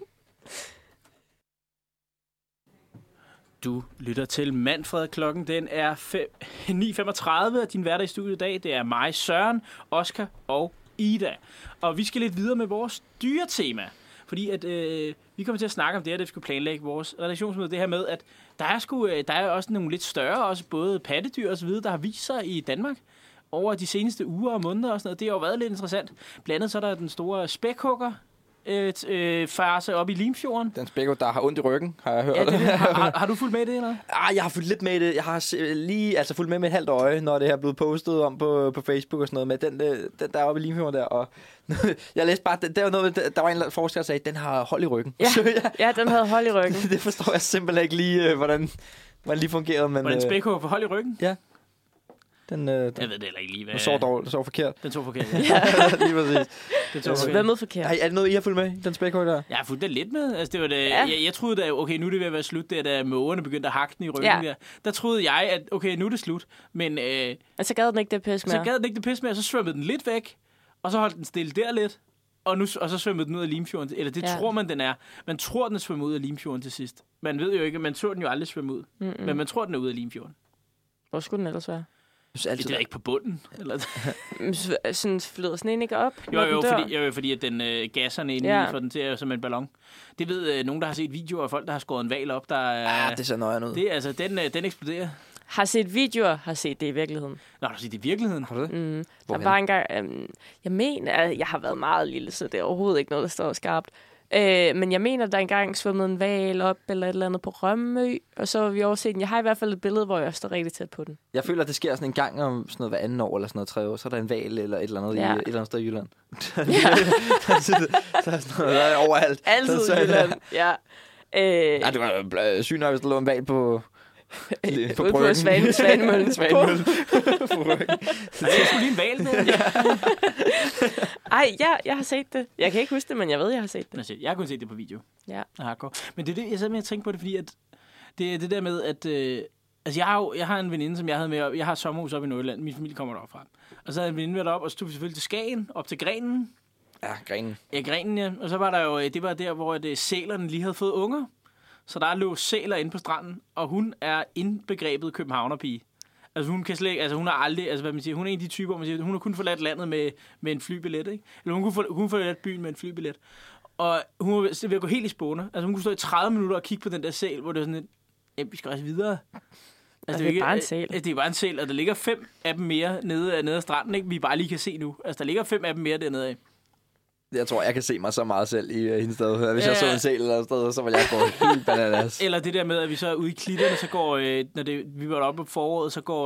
Du lytter til Manfred. Klokken den er 9:35, og din hverdag i studiet i dag, det er mig, Søren, Oscar og Ida. Og vi skal lidt videre med vores dyretema, fordi at vi kommer til at snakke om det her, da vi skulle planlægge vores redaktionsmøde, det her med, at der er også nogle lidt større, også både pattedyr og så videre, der har vist sig i Danmark over de seneste uger og måneder og sådan noget. Det har jo været lidt interessant. Blandt andet så er der den store spækhugger, farse op i Limfjorden. Den spækhugger, der har ondt i ryggen, har jeg hørt. Ja, har du fulgt med det, eller? Jeg har fulgt lidt med det. Jeg har lige fulgt med et halvt øje, når det her er blevet postet om på Facebook og sådan noget, med den der oppe i Limfjorden der. Og jeg læste bare, der var noget, der var en eller anden forsker, der sagde, at den har hold i ryggen. Ja, den havde hold i ryggen. Det forstår jeg simpelthen ikke lige, hvordan lige fungerede. Men, hvordan spækhugger får hold i ryggen? Ja. Jeg ved det heller ikke lige, hvad... Den så dårligt, den så forkert. Den så forkert, ja. Lige præcis. Den så forkert. Forkert. Er det noget, I har fulgt med, den spækhugger der? Jeg har fulgt det lidt med. Altså, det var det, jeg troede da, okay, nu er det ved at være slut, da mågerne begyndte at hakke den i ryggen der. Der troede jeg, at okay, nu er det slut. Men så gad den ikke det pis mere. Og så svømmede den lidt væk, og så holdt den stille der lidt, og så svømmede den ud af Limfjorden. Eller det tror man, den er. Man tror, den er svømmet ud af Limfjorden til sidst. Man ved jo ikke, man så den jo aldrig svømme ud. Men man tror, den er ude af Limfjorden. Hvor skulle den ellers være? Det er ikke på bunden, eller? Sådan flyder sådan ikke op, fordi at den gasserne inde i får den til som en ballon. Det ved nogen, der har set videoer af folk, der har skåret en hval op, der... det ser nøje ud. Det altså, den eksploderer. Har set videoer, har set det i virkeligheden. Nå, har du set det i virkeligheden? Har du det? Der var engang... jeg mener, at jeg har været meget lille, så det er overhovedet ikke noget, der står skarpt. Men jeg mener, der engang svømmede en hval op eller et eller andet på Rømø, og så var vi overset den. Jeg har i hvert fald et billede, hvor jeg står rigtig tæt på den. Jeg føler, at det sker sådan en gang om sådan noget hver anden år, eller sådan noget 3 år. Så er der en hval eller et eller andet, et eller andet sted i Jylland. Så er sådan noget overalt. Altid i Jylland, ja. Nej, det var sygt nok, hvis der lå en hval på ude på Svanemøllen. Svanemøllen. Jeg skulle lige en hval der. Ej, jeg har set det. Jeg kan ikke huske det, men jeg ved, jeg har set det. Jeg har kun set det på video. Ja. Men det er det, jeg sad med at tænke på det, fordi at det er det der med, at altså jeg har en veninde, som jeg havde med. Jeg har et sommerhus oppe i Nordjylland. Min familie kommer derop fra. Og så havde en veninde med derop, og så tog vi selvfølgelig til Skagen, op til Grenen. Ja, Grenen. Ja, Grenen, ja. Og så var der jo, det var der, hvor sælerne lige havde fået unger. Så der lå sæler inde på stranden, og hun er indbegrebet københavnerpige. Altså hun kan slet ikke, altså hun har aldrig, altså hvad man siger, hun er en af de typer, man siger, hun har kun forladt landet med en flybillet, ikke? Eller hun kunne forladt byen med en flybillet. Og hun var ved at gå helt i spåner. Altså hun kunne stå i 30 minutter og kigge på den der sæl, hvor det var sådan et, vi skal også videre. Altså, det er bare en sæl. Det er bare en sæl, og der ligger 5 af dem mere nede af stranden, ikke? Vi bare lige kan se nu. Altså der ligger 5 af dem mere dernede af. Jeg tror, jeg kan se mig så meget selv i hendes sted. Hvis jeg så en sæl eller et sted, så ville jeg gå helt bananas. Eller det der med, at vi så er ude i klitterne, så går, vi var oppe på foråret, så går,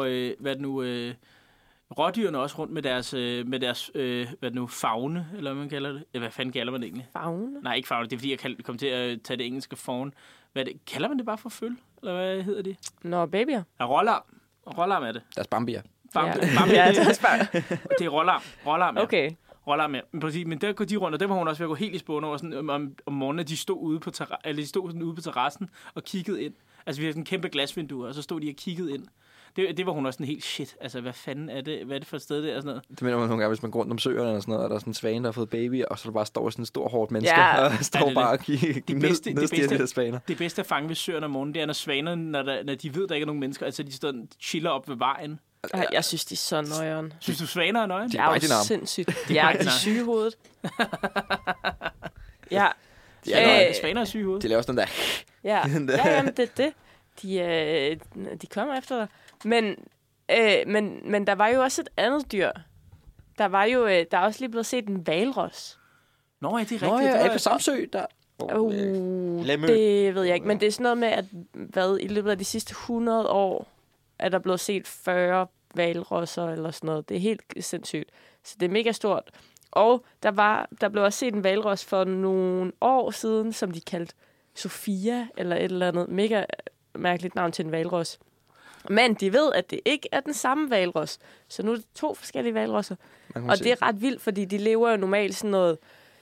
rådyrene også rundt med deres faune, eller hvad man kalder det. Hvad fanden kalder man det egentlig? Faune? Nej, ikke faune, det er fordi, jeg kom til at tage det engelske faune. Kalder man det bare for føl? Eller hvad hedder det? Nå, babyer. Ja, rålarm. Rålarm er det. Deres bambier. Ja, det er rålarm. Rålarm, ja. Okay. Roller med. Men der går de rundt, og der var hun også ved at gå helt i spåne over sådan, om morgenen, de stod ude på terrassen og kiggede ind. Altså, vi havde sådan en kæmpe glasvindue, og så stod de og kiggede ind. Det var hun også sådan helt shit. Altså, hvad fanden er det? Hvad er det for et sted der? Og sådan noget. Det mener man nogle gange, hvis man går rundt om søerne eller sådan noget, og der er sådan en svane, der har fået baby, og så der bare står sådan en stor, hårdt menneske, og står bare og nedstiger de der svaner. Det bedste at fange ved søerne om morgenen, det er, når svanerne, når de ved, der ikke er nogen mennesker, altså de står chiller op ved vejen. Jeg synes, de er så nøjeren. Synes du, svaner er nøjeren? Det er jo sindssygt. Ja, de er syge i hovedet. Ja. Svaner er syge i hovedet. De laver sådan der. Ja, jamen, det er det. De kommer efter dig. Men der var jo også et andet dyr. Der er også lige blevet set en hvalros. Nå, ja, det er rigtigt. Nå, ja, er på Samsø, der... Det ved jeg ikke, men det er sådan noget med, at i løbet af de sidste 100 år, er der blevet set 40 hvalrosser eller sådan noget. Det er helt sindssygt. Så det er mega stort. Og der blev også set en hvalros for nogle år siden, som de kaldte Sofia, eller et eller andet mega mærkeligt navn til en hvalros. Men de ved, at det ikke er den samme hvalros. Så nu er det 2 forskellige hvalrosser. Og det er ret vildt, fordi de lever jo normalt sådan noget...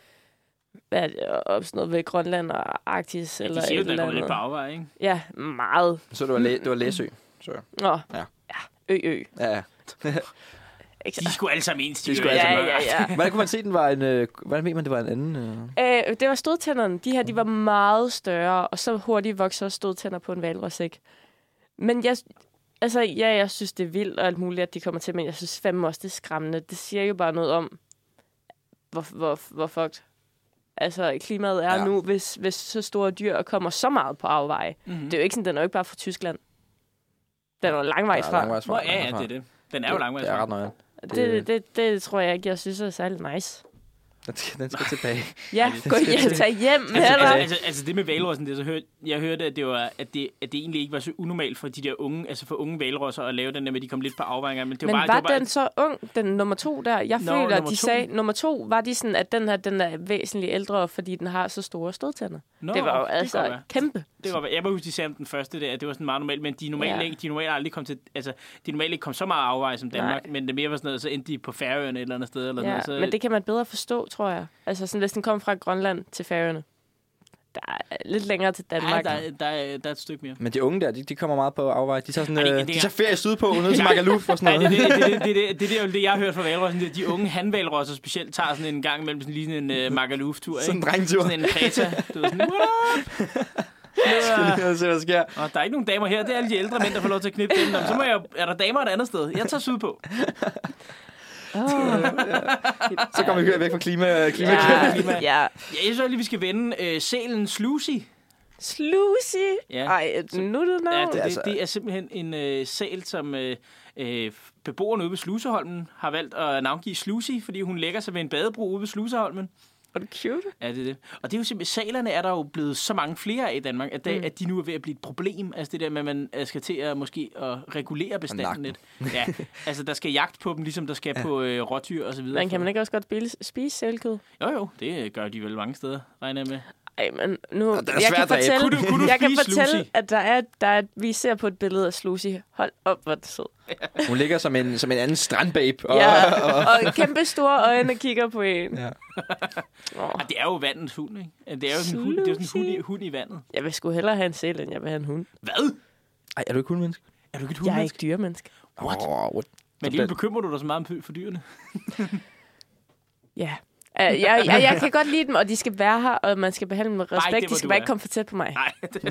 sådan noget ved Grønland og Arktis, eller et eller andet. Det siger jo, lidt på afvej, ikke? Ja, meget. Så det var Læsø. Nå, ja. Ø. Ja. De skulle alle sammen ens. Ja. Hvordan kunne man se, den var en... Hvordan ved man, det var en anden... Det var stødtænderne. De her, de var meget større, og så hurtigt voksede også stødtænder på en hvalros, ikke? Men jeg synes, det er vildt og alt muligt, at de kommer til, men jeg synes fandme også, det er skræmmende. Det siger jo bare noget om, hvor fucked. Altså, klimaet er nu, hvis så store dyr kommer så meget på afveje. Mm-hmm. Det er jo ikke sådan, den er jo ikke bare fra Tyskland. Den er langvejs fra. Ja, det er det. Den er jo langvejs fra. Det er ret nøje. Det tror jeg ikke, jeg synes er særlig nice. Den skal tilbage. Ja, tag hjem med dig. Altså det med hvalrossen, jeg hørte, at det egentlig ikke var så unormalt for de der unge, altså for unge hvalrosser at lave den der med, at de kom lidt på afvejninger. Men var den så ung, den nummer 2 der? Jeg føler, at de sagde, nummer 2 var de sådan, at den er væsentligt ældre, fordi den har så store stødtænder. Det var jo altså kæmpe. Jeg var huske, de sagde om den første der, at det var sådan meget normalt, men de normalt aldrig kom til, altså de normalt ikke kom så meget afveje som Danmark, men det mere var sådan noget, så endte de på Færøerne et eller andet sted. Eller noget, så... men det kan man bedre forstå, tror jeg. Altså sådan, hvis den kommer fra Grønland til Færøerne. Der er lidt længere til Danmark. Ja, der er et stykke mere. Men de unge der, de kommer meget på afveje. De tager sådan, de tager ferie sydpå, ned til Magaluf og sådan noget. Det er det, jeg har hørt fra hvalrossen. De unge hanhvalrosser specielt tager sådan en gang imellem sådan lige en Magaluf-tur. Sådan en drengtur. Sådan en Kreta. Du ved sådan, skal lige se, hvad der sker. Og der er ikke nogen damer her. Det er alle de ældre mænd, der får lov til at knippe dem. Så er der damer et andet sted. Jeg tager sydpå. Så kommer vi væk fra klima. Ja. Jeg synes lige, vi skal vende sælen Slucy. Slucy? Ja. Ej, nuttet navn. Ja, det er simpelthen en sæl, som beboerne ude ved Sluseholmen har valgt at navngive Slucy, fordi hun lægger sig ved en badebro ude ved Sluseholmen. Og det cute. Ja, det er det. Og det er jo simpelthen, salerne er der jo blevet så mange flere af i Danmark, at de nu er ved at blive et problem. Altså det der med, at man skal til at måske at regulere bestanden lidt. Ja, altså der skal jagt på dem, ligesom der skal på rådyr og så videre. Men kan man ikke også godt spise sælkød? Jo, det gør de vel mange steder, regner jeg med. Ej, men nu... Jeg kan fortælle, jeg kan fortælle at der er, vi ser på et billede af Slucy. Hold op, hvor det sød. Hun ligger som en anden strandbabe. Og kæmpe store øjne kigger på en. Ja. Det er jo vandens hund, ikke? Det er jo sådan en hund, det er jo sådan en hund i vandet. Jeg vil sgu hellere have en sæl, end jeg vil have en hund. Hvad? Ej, er du ikke hundmenneske? Er du ikke et Jeg er hundmenneske? ikke dyremenneske. What? Men lige bekymrer du dig så meget for dyrene? Ja. Jeg kan godt lide dem, og de skal være her, og man skal behandle dem med respekt. De skal bare ikke komme for tæt på mig. Nej.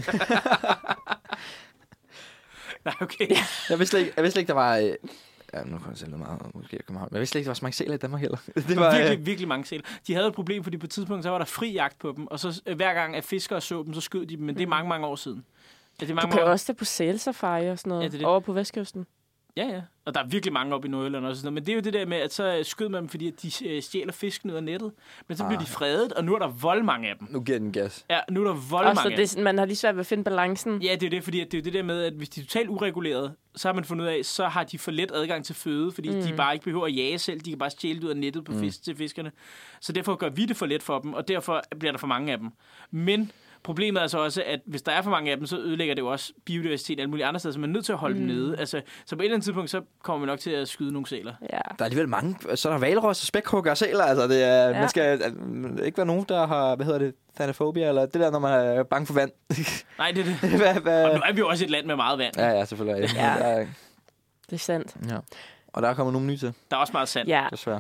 Nej, okay. Ja. Jeg vidste ikke, der var... nu kan jeg sælge meget, måske jeg kommer men jeg vidste ikke, der var så mange sæler i Danmark heller. Det var virkelig mange sæler. De havde et problem, fordi på et tidspunkt, så var der fri jagt på dem, og så hver gang at fiskere så dem, så skød de dem, men det er mange, mange år siden. Ja, du kan jo også tage på sælsafari og sådan noget, over på Vestkysten. Ja. Og der er virkelig mange op i Nordjylland og sådan noget. Men det er jo det der med, at så skød man dem, fordi at de stjæler fisken ud af nettet. Men så bliver de fredet, og nu er der vold mange af dem. Nu giver den gas. Ja, nu er der vold mange af dem. Man har lige svært ved at finde balancen. Ja, det er det, fordi det er jo det der med, at hvis de er totalt ureguleret, så har man fundet ud af, så har de for let adgang til føde, fordi de bare ikke behøver at jage selv. De kan bare stjæle det ud af nettet på til fiskerne. Så derfor gør vi det for let for dem, og derfor bliver der for mange af dem. Men problemet er så også, at hvis der er for mange af dem, så ødelægger det jo også biodiversitet og alle mulige andre steder, så man er nødt til at holde dem nede. Altså, så på et eller andet tidspunkt, så kommer vi nok til at skyde nogle sæler. Ja. Der er alligevel mange. Så er der hvalros og spækhugger og sæler. Altså, det er, man skal ikke være nogen, der har, thanafobia, eller det der, når man er bange for vand. Nej, det er det. Og nu er vi jo også et land med meget vand. Ja, selvfølgelig. Ja. Det er sandt. Ja. Og der er kommet nogle nye til. Der er også meget sand. Ja. Desværre.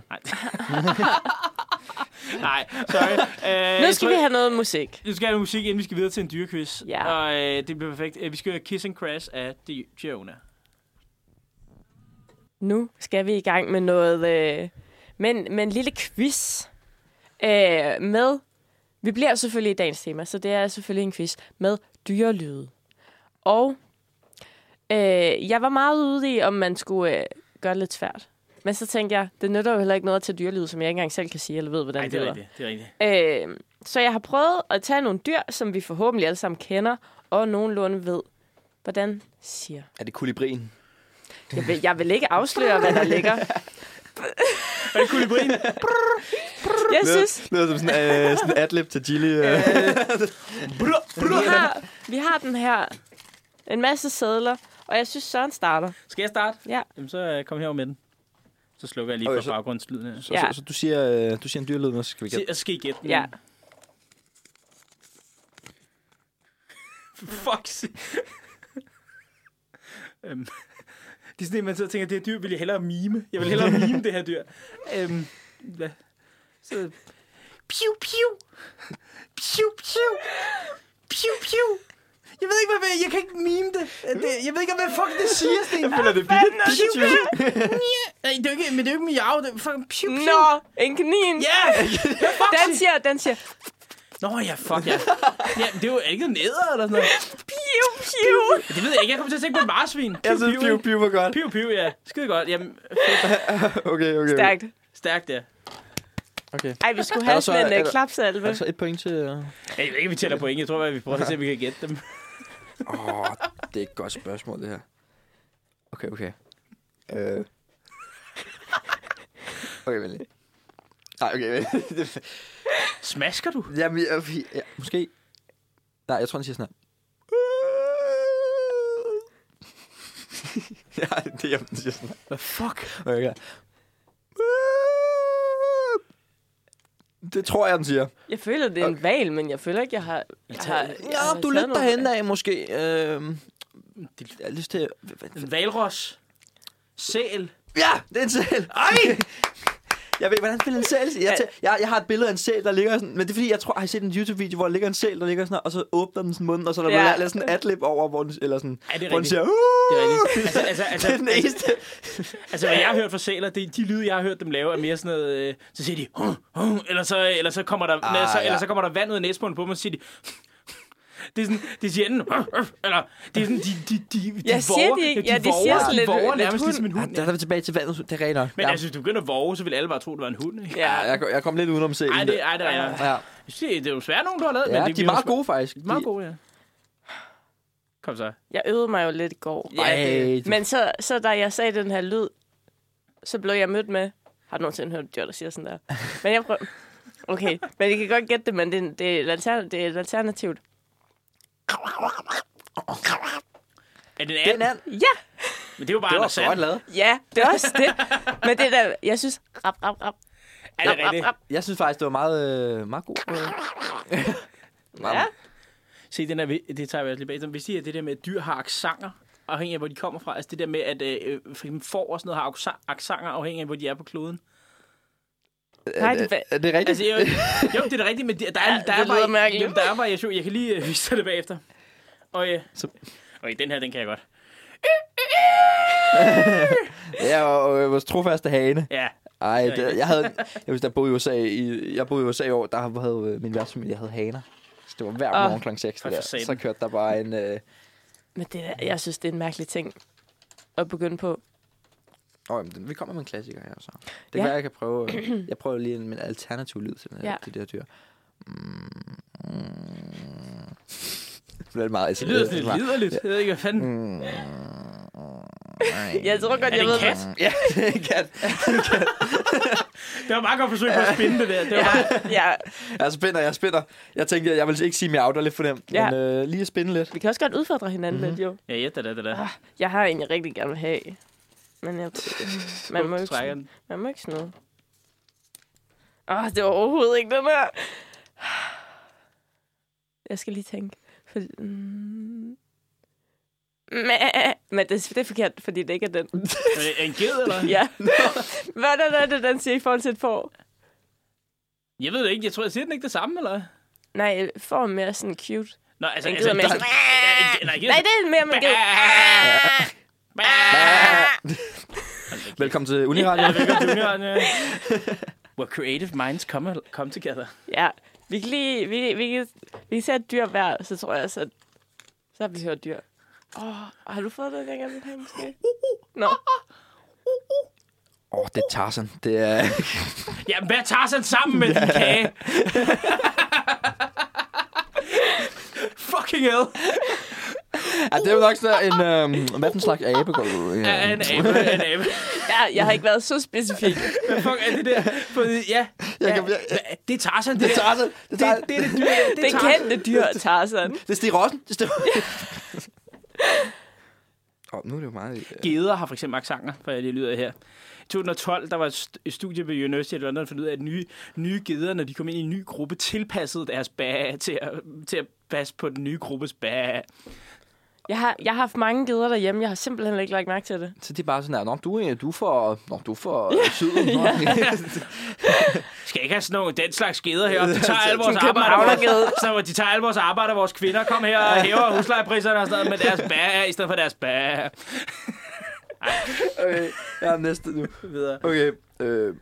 Nej, sorry. Nu skal vi have noget musik. Nu skal vi have musik, inden vi skal videre til en dyrequiz. Ja. Og det bliver perfekt. Vi skal høre Kiss and Crash af Giona. Nu skal vi i gang med noget... med en lille quiz. Med... Vi bliver selvfølgelig i dagens tema, så det er selvfølgelig en quiz med dyrelyde. Og jeg var meget ude i, om man skulle gøre det lidt svært. Men så tænkte jeg, det nytter jo heller ikke noget at tage dyrelyde, som jeg ikke engang selv kan sige, eller ved, hvordan det er. Det er rigtigt. Så jeg har prøvet at tage nogle dyr, som vi forhåbentlig alle sammen kender, og nogenlunde ved, hvordan siger. Er det kolibrien? Jeg vil ikke afsløre, hvad der ligger. Er det kolibrien? Jeg synes... Det lyder som sådan en adlib til Gilly. Vi har den her. En masse sædler, og jeg synes, Søren starter. Skal jeg starte? Ja. Jamen, så kom herover med den. Så slukker jeg lige for baggrundslyden her. Så du siger en dyrlyd, og så skal vi gætte. Så skal I gætte den. Ja. Fuck. Det er sådan en, man så tænker, det her dyr vil jeg hellere mime. Jeg vil hellere mime det her dyr. Hvad? Så... Piu, piu. Piu, piu. Piu, piu. Jeg ved ikke, hvad jeg kan ikke mime det. Jeg ved ikke, hvad fuck det siger, Sten. Jeg føler, det er Pikachu. Nej, det er ikke, men det er jo ikke miau. Det er fucking piu, piu. Nå, en kanin. Ja. Den siger. Nå ja, fuck ja. Ja, det er jo ikke noget næder eller sådan noget. Piu, piu. Det ved jeg ikke. Jeg kommer til at tænke på et marsvin. Jeg synes, piu var godt. Piu, ja. Skide godt. Jamen, Okay. Stærkt, ja. Okay. Ej, vi skulle have sådan en klapsalve. Altså et point til... Jeg ved ikke, vi tæller point. Jeg tror, vi prøver at se, om vi kan gætte dem. Det er et godt spørgsmål, det her. Okay. Okay, vel. Nej, okay. Smasker du? Jamen, måske... Nej, jeg tror, den siger sådan her. Ja, det er, den siger sådan her. Hvad fuck? Okay. Det tror jeg, den siger. Jeg føler, det er en hval, men jeg føler ikke, jeg har du er lidt derhen af, måske. Jeg har lyst til... En hvalros. Sæl. Ja, det er en sæl. Ej! Jeg ved, hvordan spiller en sæl? Jeg har et billede af en sæl, der ligger sådan... Men det er fordi, jeg tror, jeg har set en YouTube-video, hvor der ligger en sæl, der ligger sådan, og så åbner den sådan munden, og så er der lavet sådan en adlib over, hvor den, eller sådan, hvor den siger... Det er rigtigt. Altså, det er den eneste. Altså, hvad jeg har hørt fra sæler, de lyde, jeg har hørt dem lave, er mere sådan noget... Så siger de... Eller så kommer der vand ud af næsmunden på dem, og så siger de... Det er sådan, de siger enten, eller det er sådan, jeg siger de ikke. Ja, de siger sådan lidt nærmest ligesom en hund. Der er vi tilbage til vandet, det er rent nok. Men altså, hvis du begynder at våge, så vil alle bare tro, det var en hund, ikke? Ja, jeg kom lidt udenom selv. Ej, det er ja. Det er jo svært nogen, du har lavet. Ja, men de er meget gode, faktisk. Meget gode, ja. Kom så. Jeg øvede mig jo lidt i går. Ja, men så da jeg sagde den her lyd, så blev jeg mødt med... Har du nogensinde hørt dyr, der siger sådan der? Men jeg prøver... Okay, men I kan godt gætte det, men det er et alternativt. Er det en and? Ja! Men det er jo bare en sand. Lavet. Ja, det er også det. Men det der, jeg synes... Rap. Er det rigtigt? Jeg synes faktisk, det var meget god. Ja. Se, den der, det tager jeg lige bag. Hvis de det der med, at dyr har aksanger, afhængig af, hvor de kommer fra. Altså det der med, at for eksempel får og sådan noget har aksanger, afhængig af, hvor de er på kloden. Nej, det er det rigtigt? Altså, jo, det er rigtigt, men der er variation. Jeg kan lige vise dig det bagefter. Og den her, den kan jeg godt. Ja, og vores trofaste hane. Ja. Ej, jeg boede i USA i år, der havde min værtsfamilie, jeg havde haner. Så det var hver morgen kl. 6. Så kørte der bare en... Men det der, jeg synes, det er en mærkelig ting at begynde på. Jamen, vi kommer med en klassiker her, så. Det kan være, jeg kan prøve... Jeg prøver lige en alternativ lyd til det der dyr. Det er meget... Det lyder sådan lidt liderligt. Jeg ved ikke, hvad fanden... Jeg tror godt, jeg ved det. Ja, det er en kat. Det var meget godt forsøg på at spinde det der. Det var Jeg spinner. Jeg tænkte, jeg vil ikke sige miau, der er lidt for nemt. Ja. Men lige at spinde lidt. Vi kan også godt udfordre hinanden lidt, jo. Ja, det. Jeg har en, jeg rigtig gerne vil have. Men man må ikke snude. Det var overhovedet ikke den her. Jeg skal lige tænke. Men det er forkert, fordi det ikke er den. En ged, eller? Ja. Hvordan er det, den siger i forhold til et får? Jeg ved det ikke. Jeg tror, jeg siger den ikke det samme, eller? Nej, får mere sådan cute. Nå, altså... En ged er mere sådan... Nej, det er mere med ged. Velkommen til Uniradio. Velkommen til Uniradio. Where creative minds come together. Ja, vi kan se et dyr hver, så tror jeg, så har vi hørt dyr. Har du fået det, jeg gerne vil have, måske? Nå. Det er Tarzan. Det er... Jamen, hvad er Tarzan sammen med din kage? Fucking hell. Ja, det er jo nok sådan en... hvad for en slags abe går du? Ja, en abe. Ja, jeg har ikke været så specifik. Hvad fuck er det der? Ja. Det er Tarzan. Det er Tarzan. Det er det dyr. Det kendte dyr, Tarzan. Det er Stig Rossen. Nu er det jo meget... Geder har for eksempel aksanger, for det lyder her. I 2012, der var et studie ved University of London, fundet ud af, at nye geder, når de kom ind i en ny gruppe, tilpassede deres bæ til at passe på den nye gruppes bæ. Jeg har haft mange geder derhjemme. Jeg har simpelthen ikke lagt mærke til det. Så det er bare sådan, du får syden. Skal ikke have sådan nogle den slags geder her. De tager alle vores arbejder. De tager alle vores arbejder, vores kvinder. Kom her og hæver huslejepriserne og sådan noget med deres bæ, i stedet for deres bæ. Okay, jeg er næste nu. Videre. Okay. Løve.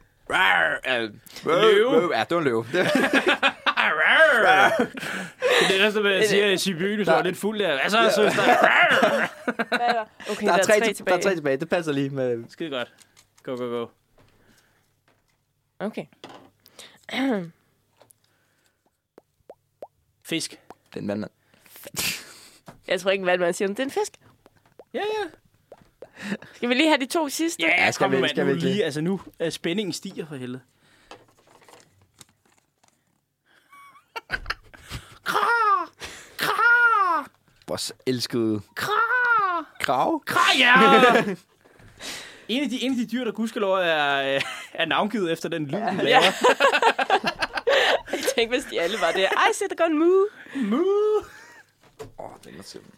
Ja, det var en løve. Det er næsten, hvad jeg siger i Siby, du var lidt fuld der. Hvad så, søster? Okay, der er tre tilbage. Det passer lige med... Skide godt. Go. Okay. Fisk. Det er en vandmand. Jeg tror ikke, hvad man siger. Det er en fisk. Ja. Skal vi lige have de to sidste? Ja, skal vi lige. Altså nu, spændingen stiger for helvede. Vores elskede... Krav, ja! En af de dyr, der gudskelov er navngivet efter den lyd, den laver. Jeg tænkte, hvis de alle var det. I said the gun moo. Moo. Den er simpelthen...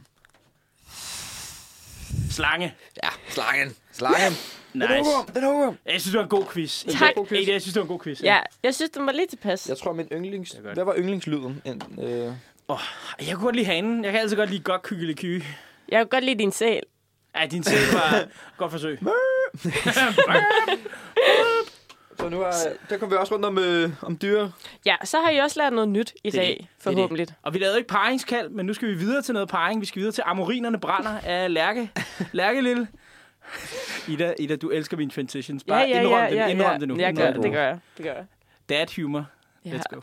Slange. Ja, slangen. Nice. Den hugger. Jeg synes, det var en god quiz. Tak. Jeg synes, det var en god quiz. Ja, jeg synes, den var lidt tilpas. Jeg tror, min yndlings... Hvad var yndlingslyden? Jeg kunne godt lide hanen. Jeg kan altid godt lide godt kyggeleky. Jeg kan godt lide din sæl. Ja, din sæl var godt forsøg. Så nu der kom vi også rundt om dyr. Ja, så har I også lært noget nyt i dag, forhåbentlig. Og vi lavede ikke paringskald, men nu skal vi videre til noget paring. Vi skal videre til Amorinerne brænder af Lærke Lille. Ida, du elsker mine transitions. Bare indrøm det nu. Det gør jeg. Dad humor. Ja. Let's go.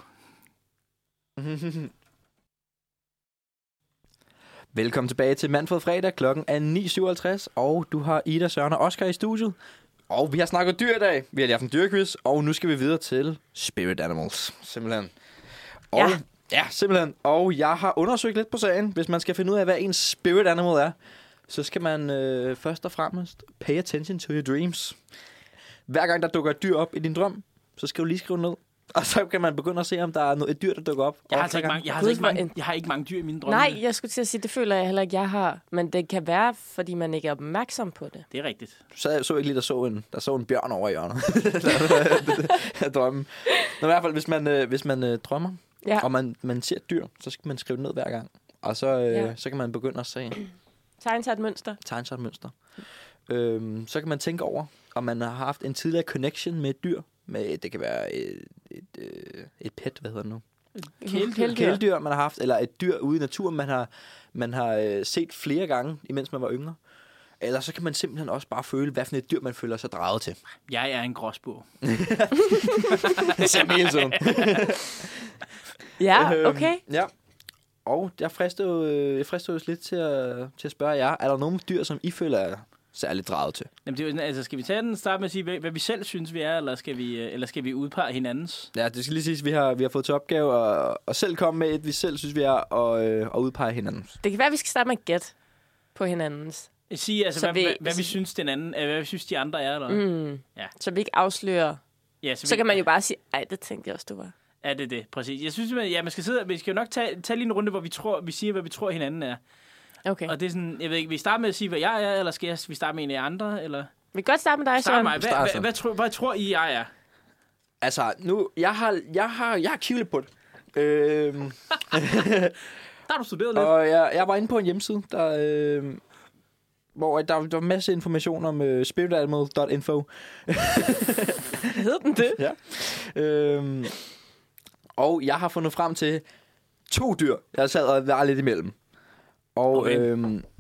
Velkommen tilbage til Manfred Fredag. Klokken er 9.57, og du har Ida, Søren og Oscar i studiet. Og vi har snakket dyr i dag. Vi har lige haft en dyrquiz, og nu skal vi videre til Spirit Animals. Simpelthen. Og, simpelthen. Og jeg har undersøgt lidt på sagen. Hvis man skal finde ud af, hvad en Spirit Animal er, så skal man først og fremmest pay attention to your dreams. Hver gang der dukker et dyr op i din drøm, så skal du lige skrive ned. Og så kan man begynde at se, om der er et dyr, der dukker op. Jeg har ikke mange dyr i mine drømme. Nej, jeg skulle til at sige, det føler jeg heller ikke, jeg har. Men det kan være, fordi man ikke er opmærksom på det. Det er rigtigt. Så jeg så ikke lige, der så en bjørn over i hjørnet. Drømmen. Men i hvert fald, hvis man drømmer, og man ser et dyr, så skal man skrive det ned hver gang. Og så kan man begynde at se... Tegne sig et mønster. Så kan man tænke over, om man har haft en tidligere connection med et dyr. Det kan være et pet, hvad hedder det nu? Kæledyr, man har haft, eller et dyr ude i naturen, man har set flere gange, imens man var yngre. Eller så kan man simpelthen også bare føle, hvad for et dyr, man føler sig draget til. Jeg er en gråsbog. Det ser mig hele tiden. Ja, okay. Ja. Og jeg frister jo lidt til at spørge jer, er der nogle dyr, som I føler er særligt draget til? Jamen, skal vi tage den start med at sige, hvad vi selv synes, vi er, eller skal vi udpege hinandens? Ja, det skal lige siges, vi har fået til opgave at selv komme med et, vi selv synes, vi er, og udpege hinandens. Det kan være, at vi skal starte med at gætte på hinandens. Sige, altså, hvad vi synes den anden, hvad vi synes de andre er, eller? Ja. Så vi ikke afslører. Ja, så kan man jo bare sige, ej, det tænkte jeg også, du var. Ja, det, præcis. Jeg synes, vi skal jo nok tage lige en runde, hvor vi siger, hvad vi tror hinanden er. Okay. Og det er sådan, jeg ved ikke, vi starter med at sige, hvad jeg er, eller skal vi starte med en af andre, eller? Vi kan godt starte med dig, Søren. Hvad tror I, jeg er? Altså, nu, jeg har kigget lidt på det. Der har du studeret lidt. Og jeg var inde på en hjemmeside, hvor der var masser af information om spiritanimal.info. Hed den det? Ja. Og jeg har fundet frem til 2 dyr, jeg sad og var lidt imellem. Og okay.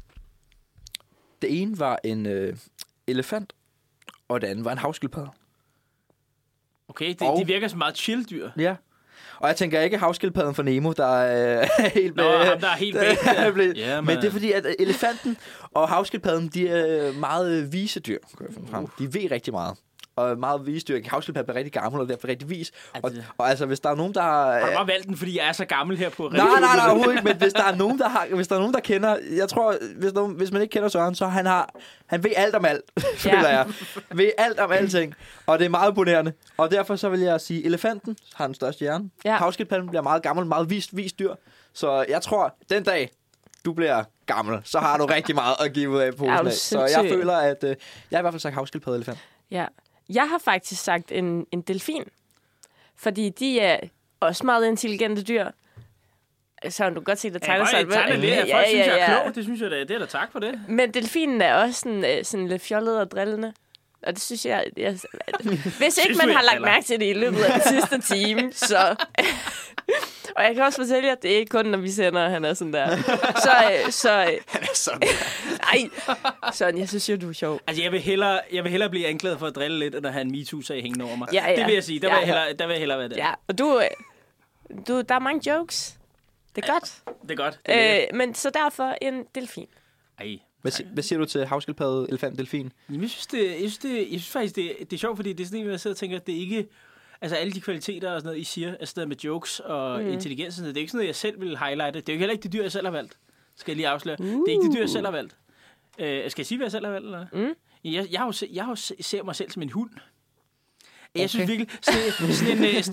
Det ene var en elefant, og det andet var en havskildpadde. Okay, det virker som meget chill dyr. Ja. Og jeg tænker ikke havskildpadden fra Nemo, der er helt ham, der er helt væk. Yeah, men det er fordi, at elefanten og havskildpadden, de er meget vise dyr. De ved rigtig meget. Og meget vise dyr. Havskildpadden er rigtig gammel, og derfor rigtig vis. Og altså, hvis der er nogen, der har... Har du bare valgt den, fordi jeg er så gammel her på... Nej, overhovedet ikke. Men hvis der er nogen, der kender... Jeg tror, hvis man ikke kender Søren, så han ved alt om alt, føler jeg. Ved alt om alting. Og det er meget imponerende. Og derfor så vil jeg sige, elefanten har den største hjerne. Ja. Havskildpadden bliver meget gammel, meget vist dyr. Så jeg tror, den dag, du bliver gammel, så har du rigtig meget at give ud af posen af. Så jeg føler, at... jeg har i hvert fald sagt havskildpadde elefant. Ja. Jeg har faktisk sagt en delfin, fordi de er også meget intelligente dyr. Så du kan godt se, der tegner sig. Folk synes, jeg er klog. Det synes jeg, det er da tak for det. Men delfinen er også sådan lidt fjollet og drillende. Og det synes jeg... Hvis ikke man har lagt mærke til det i løbet af den sidste time, så... Og jeg kan også fortælle jer, at det er ikke kun, når vi sender, han er sådan der. Han er sådan der. Ej, sådan, jeg synes jo, du er sjov. Altså, jeg vil hellere blive anklaget for at drille lidt, end at have en MeToo-sag hængende over mig. Ja. Det vil jeg sige. Der vil jeg hellere være der. Ja, og der er mange jokes. Det er godt. Det er godt. Men så derfor en delfin. Ej. Hvad siger du til havskildpadde, elefant, delfin? Jamen, jeg synes faktisk, det er sjovt, fordi det er sådan en, jeg sidder og tænker, at det ikke... Altså alle de kvaliteter og sådan noget, I siger, er stedet med jokes og intelligens. Det er ikke sådan noget, jeg selv vil highlighte. Det er jo heller ikke det dyr, jeg selv har valgt. Skal jeg lige afsløre. Det er ikke det dyr, jeg selv har valgt. Skal jeg sige, hvad jeg selv har valgt? Eller? Jeg ser mig selv som en hund. Okay. Jeg synes virkelig, sådan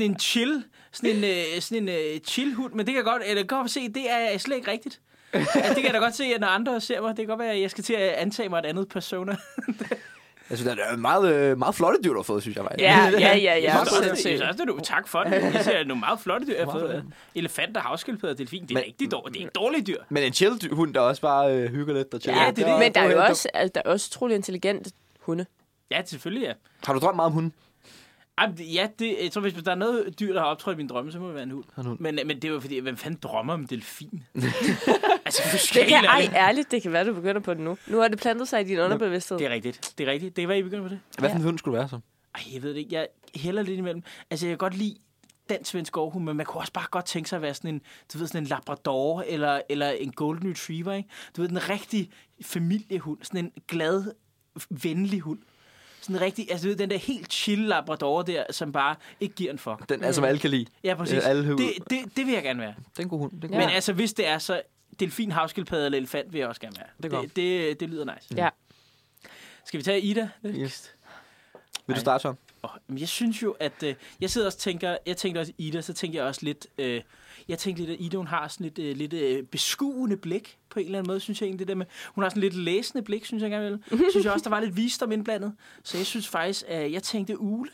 en chill hund, men det kan godt se, det er slet ikke rigtigt. Altså, det kan jeg da godt se, at når andre ser mig, det kan godt være, at jeg skal til at antage mig et andet persona. Jeg synes, det er meget flotte dyr, du har fået, synes jeg. Ja. Tak for det. Jeg ser nogle meget flotte dyr, jeg har fået. Elefanter, havskildpadder, delfin. Det er ikke dårlige dyr. Men en chill hund, der også bare hygger lidt og chill. Ja, det. Men der er jo også utrolig intelligente hunde. Ja, selvfølgelig, ja. Har du drømt meget om hunden? Ja, jeg tror, hvis der er noget dyr, der har optrådt i min drømme, så må det være en hund. Men det er jo fordi, hvem fanden drømmer om delfin? Altså, ærligt, det kan være, du begynder på det nu. Nu har det plantet sig i din underbevidsthed. Det er rigtigt. Det kan være, I begynder på det. Hvad for en hund skulle det være så? Jeg ved det ikke. Jeg hælder lidt imellem. Altså, jeg kan godt lide dansk svensk gårdhund, men man kunne også bare godt tænke sig at være sådan en labrador eller en golden retriever, ikke? Du ved, en rigtig familiehund. Sådan en glad, venlig hund. Sådan rigtig, altså den der helt chill labrador der, som bare ikke giver en fuck. Den, som alle kan lide. Ja, præcis. Det vil jeg gerne være. Det er en god hund. Men altså, hvis det er så delfin, havskildpadde eller elefant, vil jeg også gerne være. Det lyder nice. Ja. Skal vi tage Ida? Yes. Vil du starte så? Jeg synes jo, at jeg sidder også jeg tænkte også Ida, så tænker jeg også lidt, jeg tænkte lidt, at Ida, hun har sådan lidt beskuende blik på en eller anden måde, synes jeg egentlig det der med, hun har sådan lidt læsende blik, synes jeg gerne vil. Synes jeg også, der var lidt visdom indblandet, så jeg synes faktisk, at jeg tænkte ugle.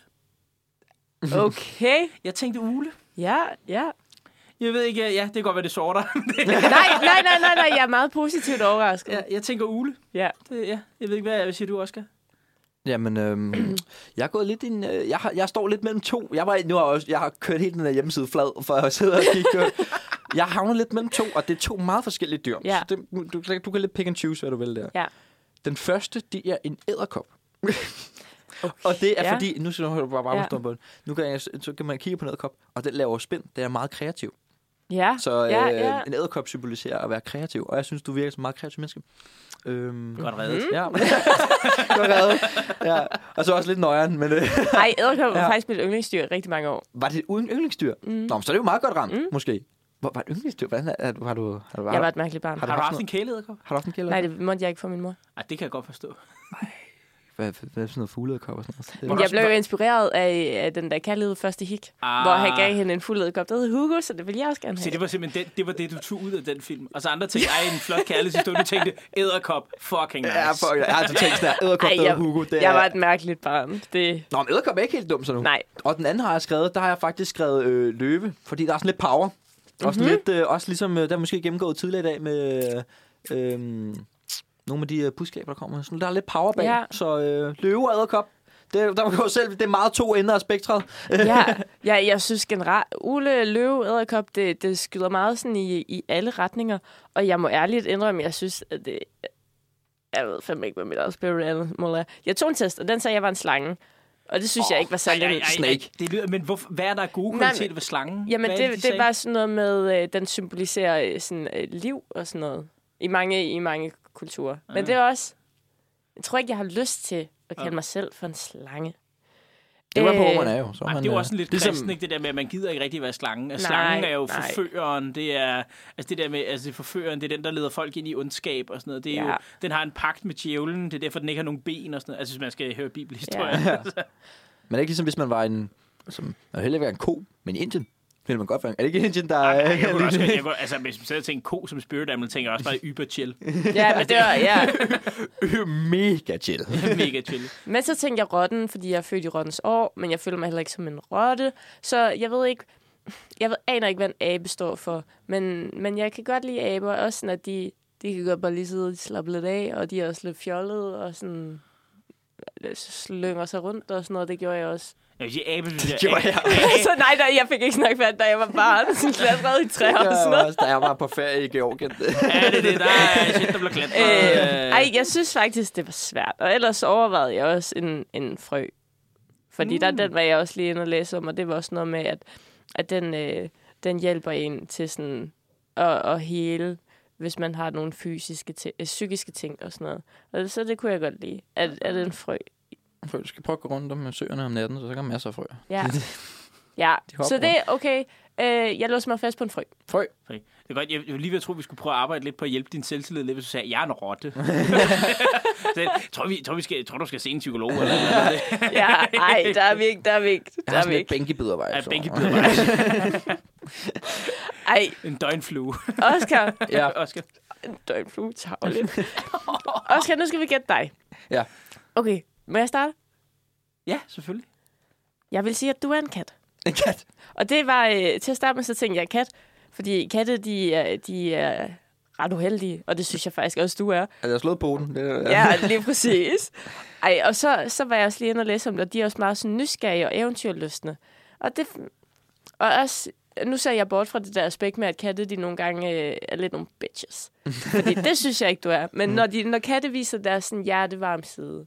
Okay. Jeg tænkte ugle. Ja. Jeg ved ikke, det kan godt være, det sorter. nej, jeg er meget positivt overrasket. Ja, jeg tænker ugle. Ja. Jeg ved ikke, hvad siger du, Oscar? Jamen, jeg er gået lidt ind. Jeg står lidt mellem to. Jeg har kørt helt den der hjemmeside flad, for at sidde og kigge. Jeg havner lidt mellem to, og det er to meget forskellige dyr. Ja. Så du kan lidt pick and choose, hvad du vil der. Ja. Den første, det er en edderkop. Okay. Og det er fordi, nu skal du bare stå på den. Så kan man kigge på en edderkop, og den laver spind. Det er meget kreativ. Ja. Så en edderkop symboliserer at være kreativ, og jeg synes, du virker som en meget kreativ menneske. Godt reddet. Ja. Godt reddet. Ja. Og så også lidt nøjeren. Men, ej, edderkop var faktisk mit yndlingsdyr rigtig mange år. Var det uden yndlingsdyr? Nå, så er det jo meget godt ramt, måske. Hvad var et yndlingsdyr? Har du jeg var et mærkeligt barn. Har du haft en kæleedderkop? Har du haft en kæleedderkop? Nej, det måtte jeg ikke få min mor. Ej, det kan jeg godt forstå. Nej. Hvad er sådan noget fugleedderkop og sådan noget? Men jeg blev jo inspireret af den der kærlighed første hik, hvor han gav hende en fugleedderkop, der hed Hugo, så det ville jeg også gerne have. Så det var simpelthen det, du tog ud af den film. Og så andre tænkte, en flot kærlighedshistorie. Du tænkte, edderkop, fucking nice. Ja, jeg har altså tænkt sådan her, edderkop, der er Hugo. Jeg var et mærkeligt barn. Nå, men edderkop er ikke helt dum så nu. Nej. Og den anden der har jeg faktisk skrevet løve, fordi der er sådan lidt power. Også lidt, også ligesom, der er måske gennemgået tidligere i dag med... nogle af de budskaber, der kommer. Så der er lidt power bag. Ja. Så løve og edderkop. Det er meget to ender af spektret. Jeg synes generelt, løve, edderkop, det skyder meget sådan i alle retninger. Og jeg må ærligt indrømme, jeg synes, at det... Jeg ved fandme ikke, hvad mit eget spirit animal er. Jeg tog en test, og den sagde, at jeg var en slange. Og det synes jeg ikke var særlig snake. Men hvad er der gode kvaliteter ved slangen? Jamen, det er bare sådan noget med, den symboliserer sådan, liv og sådan noget. I mange kulturer. Men det er også... Jeg tror ikke, jeg har lyst til at kalde mig selv for en slange. Det var på, hvor man er jo. Så det er jo også sådan lidt kristen, ikke? Det der med, at man gider ikke rigtig være slangen. Slangen er jo forføreren. Det er... Altså det der med... Altså forføreren, det er den, der leder folk ind i ondskab og sådan noget. Det er jo... Den har en pagt med djævlen. Det er derfor, den ikke har nogen ben og sådan noget. Altså hvis man skal høre bibelhistorien. Ja. Men det er ikke ligesom, hvis man var en... Man ville hellere være en ko, men i Indien. Vil man godt være. Er det ikke Indien, der er... Altså, hvis man sidder til en ko som spirit animal, tænker jeg også bare yber chill. Ja, men det var... Ja. Mega chill. Mega chill. Men så tænker jeg rotten, fordi jeg er født i rottens år, men jeg føler mig heller ikke som en rotte. Så jeg ved ikke... aner ikke, hvad en abe står for. Men jeg kan godt lide aber, også sådan, at de kan godt bare lige sidde og slappe lidt af, og de er også lidt fjollede, og sådan slynger sig rundt og sådan noget. Det gjorde jeg også. Jeg vil sige, abe, så nej, jeg fik ikke snakket færdigt, da jeg var barn. Sådan klatret i træer og sådan noget. Da jeg var på ferie i Georgien. Ja, det der er shit, der blev klatret. Jeg synes faktisk, det var svært. Og ellers overvejede jeg også en frø. Fordi den var jeg også lige inde og læse om, og det var også noget med, at den hjælper en til sådan at hele, hvis man har nogle psykiske ting og sådan noget. Og så det kunne jeg godt lide, at en frø. Du skal prøve at gå rundt om søerne om natten, så der er masser af frøer. Ja, ja. Så det er okay. Jeg låser mig fast på en frø. Frø. Det er godt. Jeg ville lige ved at tro, at vi skulle prøve at arbejde lidt på at hjælpe din selvtillid lidt, hvis du sagde, at jeg er en rotte. Tror du skal se en psykolog eller noget? Ja, nej, der er vi ikke. Jeg har sådan et bænkebidervej. Ja, bænkebidervej. Ej. En døgnflue. Oscar. Ja, Oscar. En døgnflue, tavligt. Oscar, nu skal vi gætte dig. Ja. Okay, må jeg starte? Ja, selvfølgelig. Jeg vil sige, at du er en kat. En kat? Og det var, til at starte med, så tænkte jeg kat. Fordi katte, de er ret uheldige, og det synes jeg faktisk også, du er. Altså, jeg har slået på den. Ja, lige præcis. Ej, og så var jeg også lige inde og læse om det, og de er også meget sådan nysgerrige og eventyrlystne. Og også, nu ser jeg bort fra det der aspekt med, at katte, de nogle gange er lidt nogle bitches. Fordi det synes jeg ikke, du er. Men når katte viser deres sådan hjertevarme side,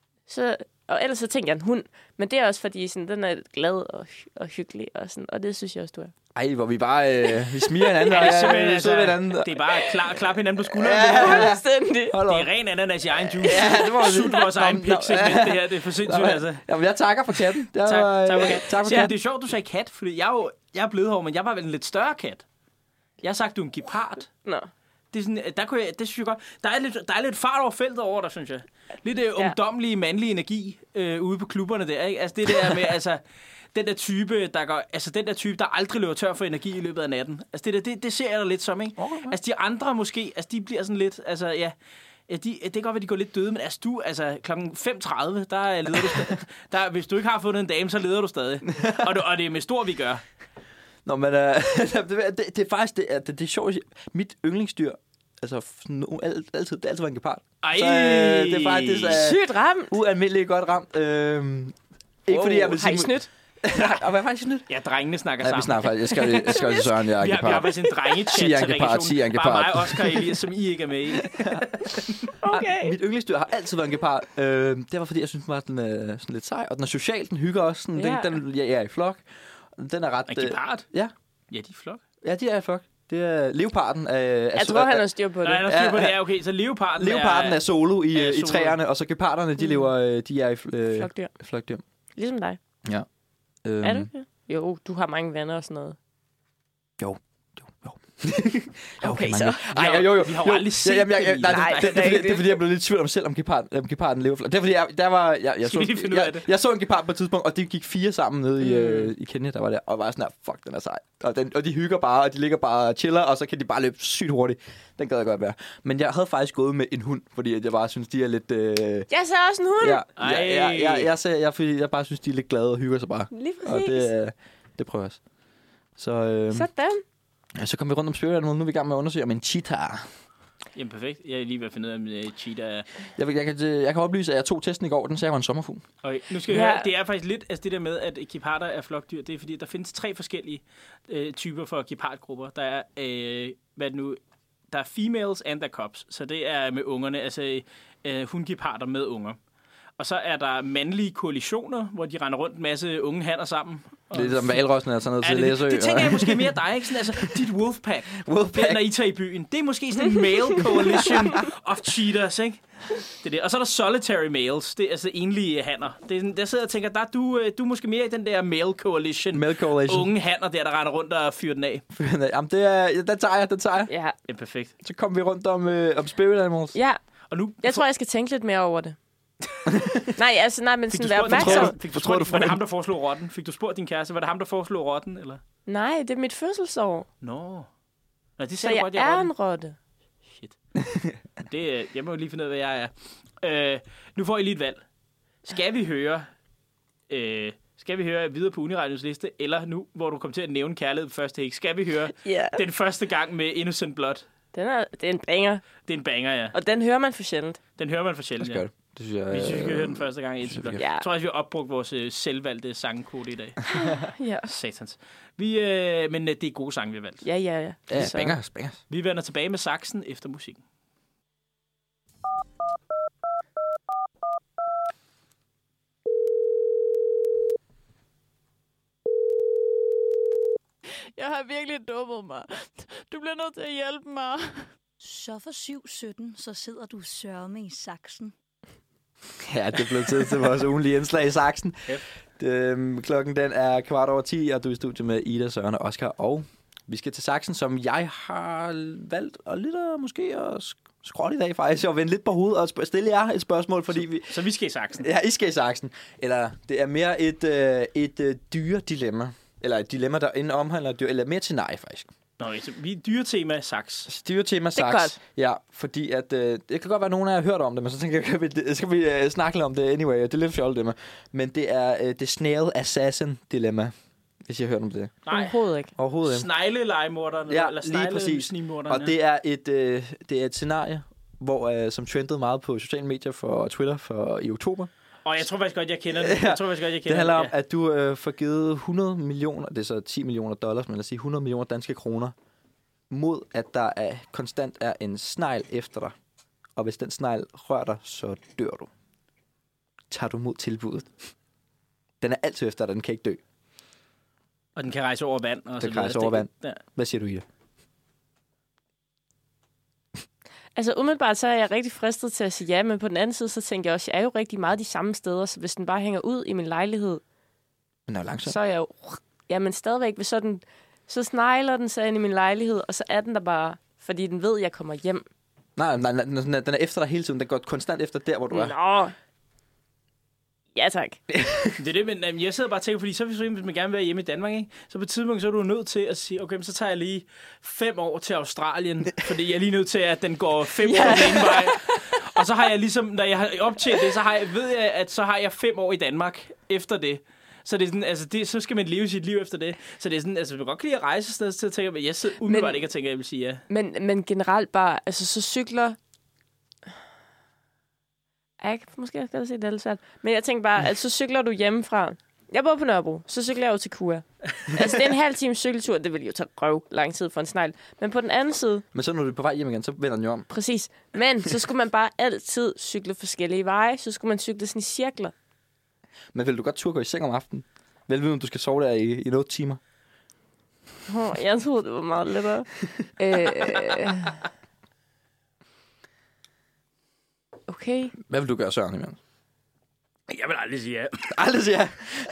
og ellers så tænker jeg en hund, men det er også fordi, sådan, den er glad og hyggelig, og det synes jeg også, du er. Ej, hvor vi bare vi smiger hinanden, og det er bare klap hinanden på skulderen. Ja, fuldstændig. Det er ren ananas i egen juice. Ja, det var Sut vores egen pik-segment, det her. Det er for sindssygt, altså. Jamen, jeg takker for katten. Tak for katten. Det er sjovt, du sagde kat, fordi jeg er blevet hård, men jeg var vel en lidt større kat. Jeg har sagt, du er en gepard. Nå. Det er sådan, det synes jeg godt. Der er lidt fart over feltet over der, synes jeg. Lidt ungdomlig, mandlig energi ude på klubberne der, ikke? Altså det der med, altså den der type, der aldrig løber tør for energi i løbet af natten. Altså det ser jeg da lidt som, ikke? Okay. Altså de andre måske, altså de bliver sådan lidt, altså ja, det kan godt være, de går lidt døde, men altså du, altså klokken 5:30, der leder du hvis du ikke har fundet en dame, så leder du stadig. Og det er med stor, vi gør. Nå, men det er faktisk, det er sjovt. Mit yndlingsdyr, altså altid, det har altid været en gepard. Ej! Så det er faktisk sygt ramt. Ualmindeligt godt ramt. Ikke fordi jeg vil sige... Har I snydt? Nej, og hvad er faktisk snydt? Ja, drengene snakker sammen. Vi snakker faktisk. Jeg skal til Søren, jeg er gepard. Vi har faktisk en drengechat til regionen. Bare mig, Oscar og Elias, som I ikke er med i. Okay. Mit yndlingsdyr har altid været en gepard. Det var fordi, jeg synes, den er sådan lidt sej. Og den er social, den hygger også. Den er i flok. Den er ret... En gepard? Ja. Ja, de er flok. Ja, de er i flok. Det er leoparden. Jeg tror, han har styr på det. Nej, han har styr på det. Ja, okay. Så leoparden er solo i træerne, og så geparderne, de er i flokdyr. Ligesom dig. Ja. Er du det? Jo, du har mange venner og sådan noget. Jo. Okay, så. Jo. Vi har jo aldrig set det er fordi, jeg blev lidt i tvivl om selv, om geparden lever. Det er fordi, jeg så en gepard på et tidspunkt, og de gik 4 sammen nede i Kenya, der var der, og var sådan her, fuck, den er sej. Og de hygger bare, og de ligger bare og chiller, og så kan de bare løbe sygt hurtigt. Den gad jeg godt være. Men jeg havde faktisk gået med en hund, fordi jeg bare synes, de er lidt... Jeg ser også en hund! Jeg bare synes, de er lidt glade og hygger sig bare. Lige præcis. Og det prøver jeg også. Sådan. Ja, så kom vi rundt om spirit animal. Nu er vi i gang med at undersøge om en cheetah. Jamen perfekt. Jeg er lige ved at finde ud af, om cheetah... Jeg kan oplyse, at jeg tog testen i går. Den sagde, jeg var en sommerfugl. Okay, nu skal vi høre. Det er faktisk lidt det der med, at geparder er flokdyr. Det er fordi, der findes 3 forskellige typer for gepardgrupper. Der er, der er females and der cubs. Så det er med ungerne, altså hundgeparder med unger. Og så er der mandlige koalitioner, hvor de render rundt en masse unge hanner sammen. Det er som valrossene er sådan noget til Læsø. Det tænker jeg måske mere dig, ikke? Sådan, altså, dit wolfpack, når I tager i byen. Det er måske sådan en male coalition of cheaters, ikke? Det er det. Og så er der solitary males. Det er altså enlige hanner. Der sidder og tænker, du er måske mere i den der male coalition. Unge hanner der render rundt og fyrer den af. Jamen, den tager jeg. Ja. Det er perfekt. Så kommer vi rundt om spirit animals. Ja. Og nu, jeg tror, jeg skal tænke lidt mere over det. nej, men sådan være opmærksom. Var det ham, der foreslog rotten? Fik du spurgt din kæreste? Var det ham, der foreslog rotten, eller? Nej, det er mit fødselsår. Nå, det så jeg er en rotte. Shit. Jeg må lige finde ud af, hvad jeg er. Nu får I lige et valg. Skal vi høre videre på Uniradios liste, eller nu, hvor du kommer til at nævne kærlighed på første hæk, skal vi høre den første gang med Innocent Blood? Det er en banger. Det er en banger, ja. Og den hører man for sjældent. Ja. Det synes jeg, vi synes, vi kan høre den første gang i Innocent Blood. Jeg tror også, vi har opbrugt vores selvvalgte sangkode i dag. Ja. Satans. Men det er gode sange, vi har valgt. Ja. Bangers. Vi vender tilbage med saksen efter musikken. Jeg har virkelig dummet mig. Du bliver nødt til at hjælpe mig. Så for 7:17, så sidder du sørme i saksen. Ja, det blev tid til vores ugenlige indslag i saksen. Klokken den er 10:15, og du er i studiet med Ida, Søren og Oscar. Og vi skal til saksen, som jeg har valgt at lytte måske at scrolle i dag faktisk, og vende lidt på hovedet og stille jer et spørgsmål, fordi Så vi skal i saksen? Ja, I skal i saksen. Eller det er mere et dyre-dilemma. Eller et dilemma, der inden omhandler dyr, eller mere til nej, faktisk. Nå, så vi er dyretema saks. Dyretema saks. Ja, fordi at det kan godt være, at nogen af jer har hørt om det, men så tænker jeg, skal vi snakke lidt om det anyway, og det er lidt fjollet det med. Men det er det snail assassin dilemma. hvis I har hørt om det. Nej. Overhovedet ikke. Overhovedet ikke. Sneglelegemorderne, Ja, eller lige præcis. sneglesnigmorderne. Og det er et scenarie, hvor, som trendede meget på sociale medier for Twitter i oktober. Og jeg tror faktisk godt, jeg kender det. Det handler om, at du får givet 100 millioner, det er så 10 millioner dollars, men lad os sige 100 millioner danske kroner, mod at der konstant er en snegl efter dig. Og hvis den snegl rører dig, så dør du. Tager du mod tilbuddet. Den er altid efter dig, den kan ikke dø. Og den kan rejse over vand. Og den kan rejse over vand. Ja. Hvad siger du, Ida? Altså umiddelbart så er jeg rigtig fristet til at sige ja, men på den anden side, så tænker jeg også, at jeg er jo rigtig meget de samme steder, så hvis den bare hænger ud i min lejlighed, men er jo langsomt. Så er jeg jo... Jamen stadigvæk, hvis så snegler den sig ind i min lejlighed, og så er den der bare, fordi den ved, at jeg kommer hjem. Nej, den er efter dig hele tiden. Den går konstant efter der, hvor du er. Nå. Ja, tak. Det er det, men jeg sidder bare og tænker, fordi så hvis man gerne vil være hjemme i Danmark, ikke? Så på et tidspunkt så er du nødt til at sige, okay, så tager jeg lige 5 år til Australien, fordi jeg er lige nødt til, at den går 5 år den ene vej. Og så har jeg ligesom, når jeg har optjent det, ved jeg, at så har jeg 5 år i Danmark efter det. Så det er sådan, altså så skal man leve sit liv efter det. Så det er sådan, altså vi kan godt lide at rejse et sted til at tænke, men jeg sidder umiddelbart ikke og tænker, at jeg vil sige ja. Men generelt bare, altså så cykler... Måske skal jeg se det helt svært. Men jeg tænker bare, at så cykler du hjemmefra. Jeg bor på Nørrebro, så cykler jeg jo til Kua. Altså det er en halv time cykeltur, det vil jo tage røv lang tid for en snegl. Men på den anden side... Men så når du er på vej hjem igen, så vender den jo om. Præcis. Men så skulle man bare altid cykle forskellige veje. Så skulle man cykle sådan i cirkler. Men vil du godt turde gå i seng om aftenen? Velvidende, om du skal sove der i 8 timer? Jeg troede, det var meget lettere. Okay. Hvad vil du gøre, Søren, imens? Jeg vil aldrig sige ja. Aldrig sige ja?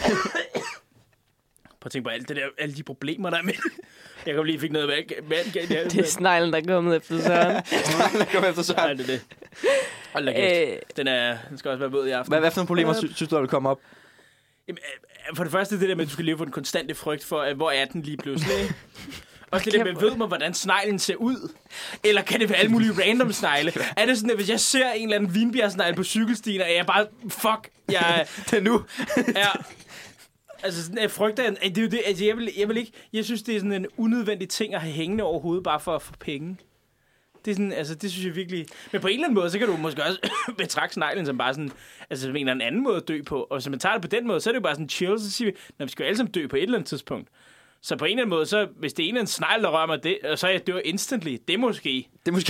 Prøv at tænke på alle de problemer, der er med. Jeg kan lige fik noget væk. Det er sneglen, der er kommet efter Søren. Sneglen, der er kommet efter Søren. Nej, det er det. Hold da kæft. Den skal også være våd i aften. Hvad for nogle problemer synes du, der vil komme op? Jamen, for det første det der med, at du skal leve for den konstante frygt for, hvor er den lige pludselig. Også det der med, ved man, hvordan sneglen ser ud? Eller kan det være alle mulige random snegle? Er det sådan, at hvis jeg ser en eller anden vinbjergsnegle på cykelstien, og jeg bare, det er nu. Ja. Altså, sådan, jeg frygter, det er jo det, altså, jeg vil ikke, jeg synes, det er sådan en unødvendig ting at have hængende over hovedet, bare for at få penge. Det er sådan, altså, det synes jeg virkelig... Men på en eller anden måde, så kan du måske også betragte sneglen som bare sådan... Altså, som en eller anden måde at dø på. Og hvis man tager det på den måde, så er det jo bare sådan chill. Så siger vi, når vi skal jo alle sammen dø på et eller andet tidspunkt. Så på en eller anden måde, så hvis det er en eller anden snegl, der rører mig, så er jeg dør instantly. Det er måske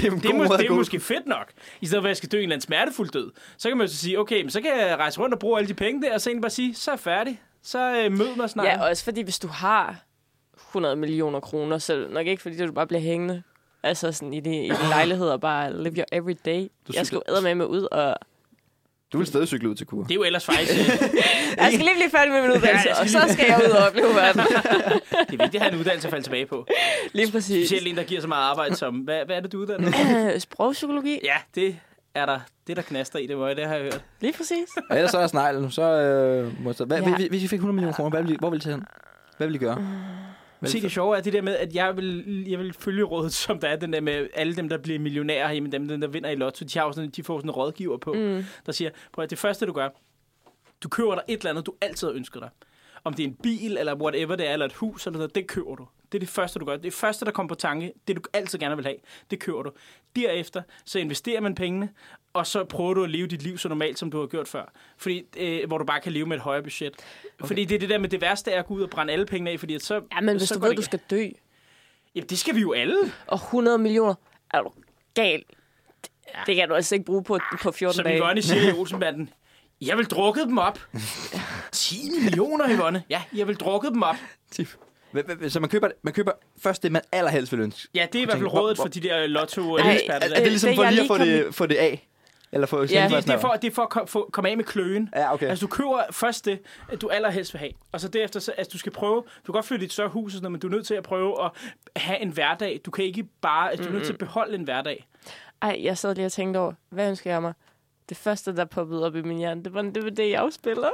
fedt nok. I stedet for, at jeg skal dø en eller anden smertefuld død. Så kan man jo så sige, okay, men så kan jeg rejse rundt og bruge alle de penge der, og så egentlig bare sige, så er jeg færdig. Så mød mig snart. Ja, også fordi hvis du har 100 millioner kroner, så nok ikke fordi du bare bliver hængende. Altså sådan i din lejlighed og bare live your everyday. Jeg skal jo med ud og... Du vil stadig cykle ud til Kua. Det er jo ellers faktisk... jeg skal lige blive færdig med min uddannelse, og så skal jeg ud og opleve verden. Det er vigtigt at have en uddannelse at falde tilbage på. Lige præcis. Specielt en, der giver så meget arbejde som... Hvad er det, du uddanner? Sprogpsykologi. Ja, det er der knaster i, det har jeg hørt. Lige præcis. Og ellers så er der sneglen. Hvis I fik 100 millioner kroner, hvor ville I tage hen? Hvad ville I gøre? Se, det sjove er det der med, at jeg vil følge rådet, som der er den der med alle dem, der bliver millionærer herhjemme, dem der vinder i lotto. De får sådan en rådgiver på, der siger, prøv at det første du gør, du køber dig et eller andet, du altid har ønsket dig. Om det er en bil, eller whatever det er, eller et hus, eller noget, det køber du. Det er det første, du gør. Det første, der kommer på tanke, det du altid gerne vil have, det køber du. Derefter, så investerer man pengene, og så prøver du at leve dit liv så normalt, som du har gjort før. Fordi, hvor du bare kan leve med et højere budget. Okay. Fordi det er det der med det værste, er at gå ud og brænde alle pengene af, fordi at så... Ja, men hvis du ved, du skal dø. Jamen, det skal vi jo alle. Og 100 millioner, er du gal. Det kan du altså ikke bruge på 14 dage. Som Yvonne siger i Olsenbanden. Jeg vil drukke dem op. 10 millioner, Yvonne. Ja, jeg vil drukke dem op. Så man køber først det, man allerhelst vil ønske. Ja, det er i hvert fald rådet for de der lotto-eksperter. Er det ligesom for lige at få det af? Eller få det er for at komme af med kløen. Ja, okay. Altså, du køber først det, du allerhelst vil have. Og så derefter, du skal prøve... Du kan godt flytte i et større hus, og sådan noget, men du er nødt til at prøve at have en hverdag. Du kan ikke bare... Du er nødt til at beholde en hverdag. Ej, jeg sad lige og tænkte over, hvad ønsker jeg mig? Det første, der poppede op i min hjerne, det var en DVD-afspiller.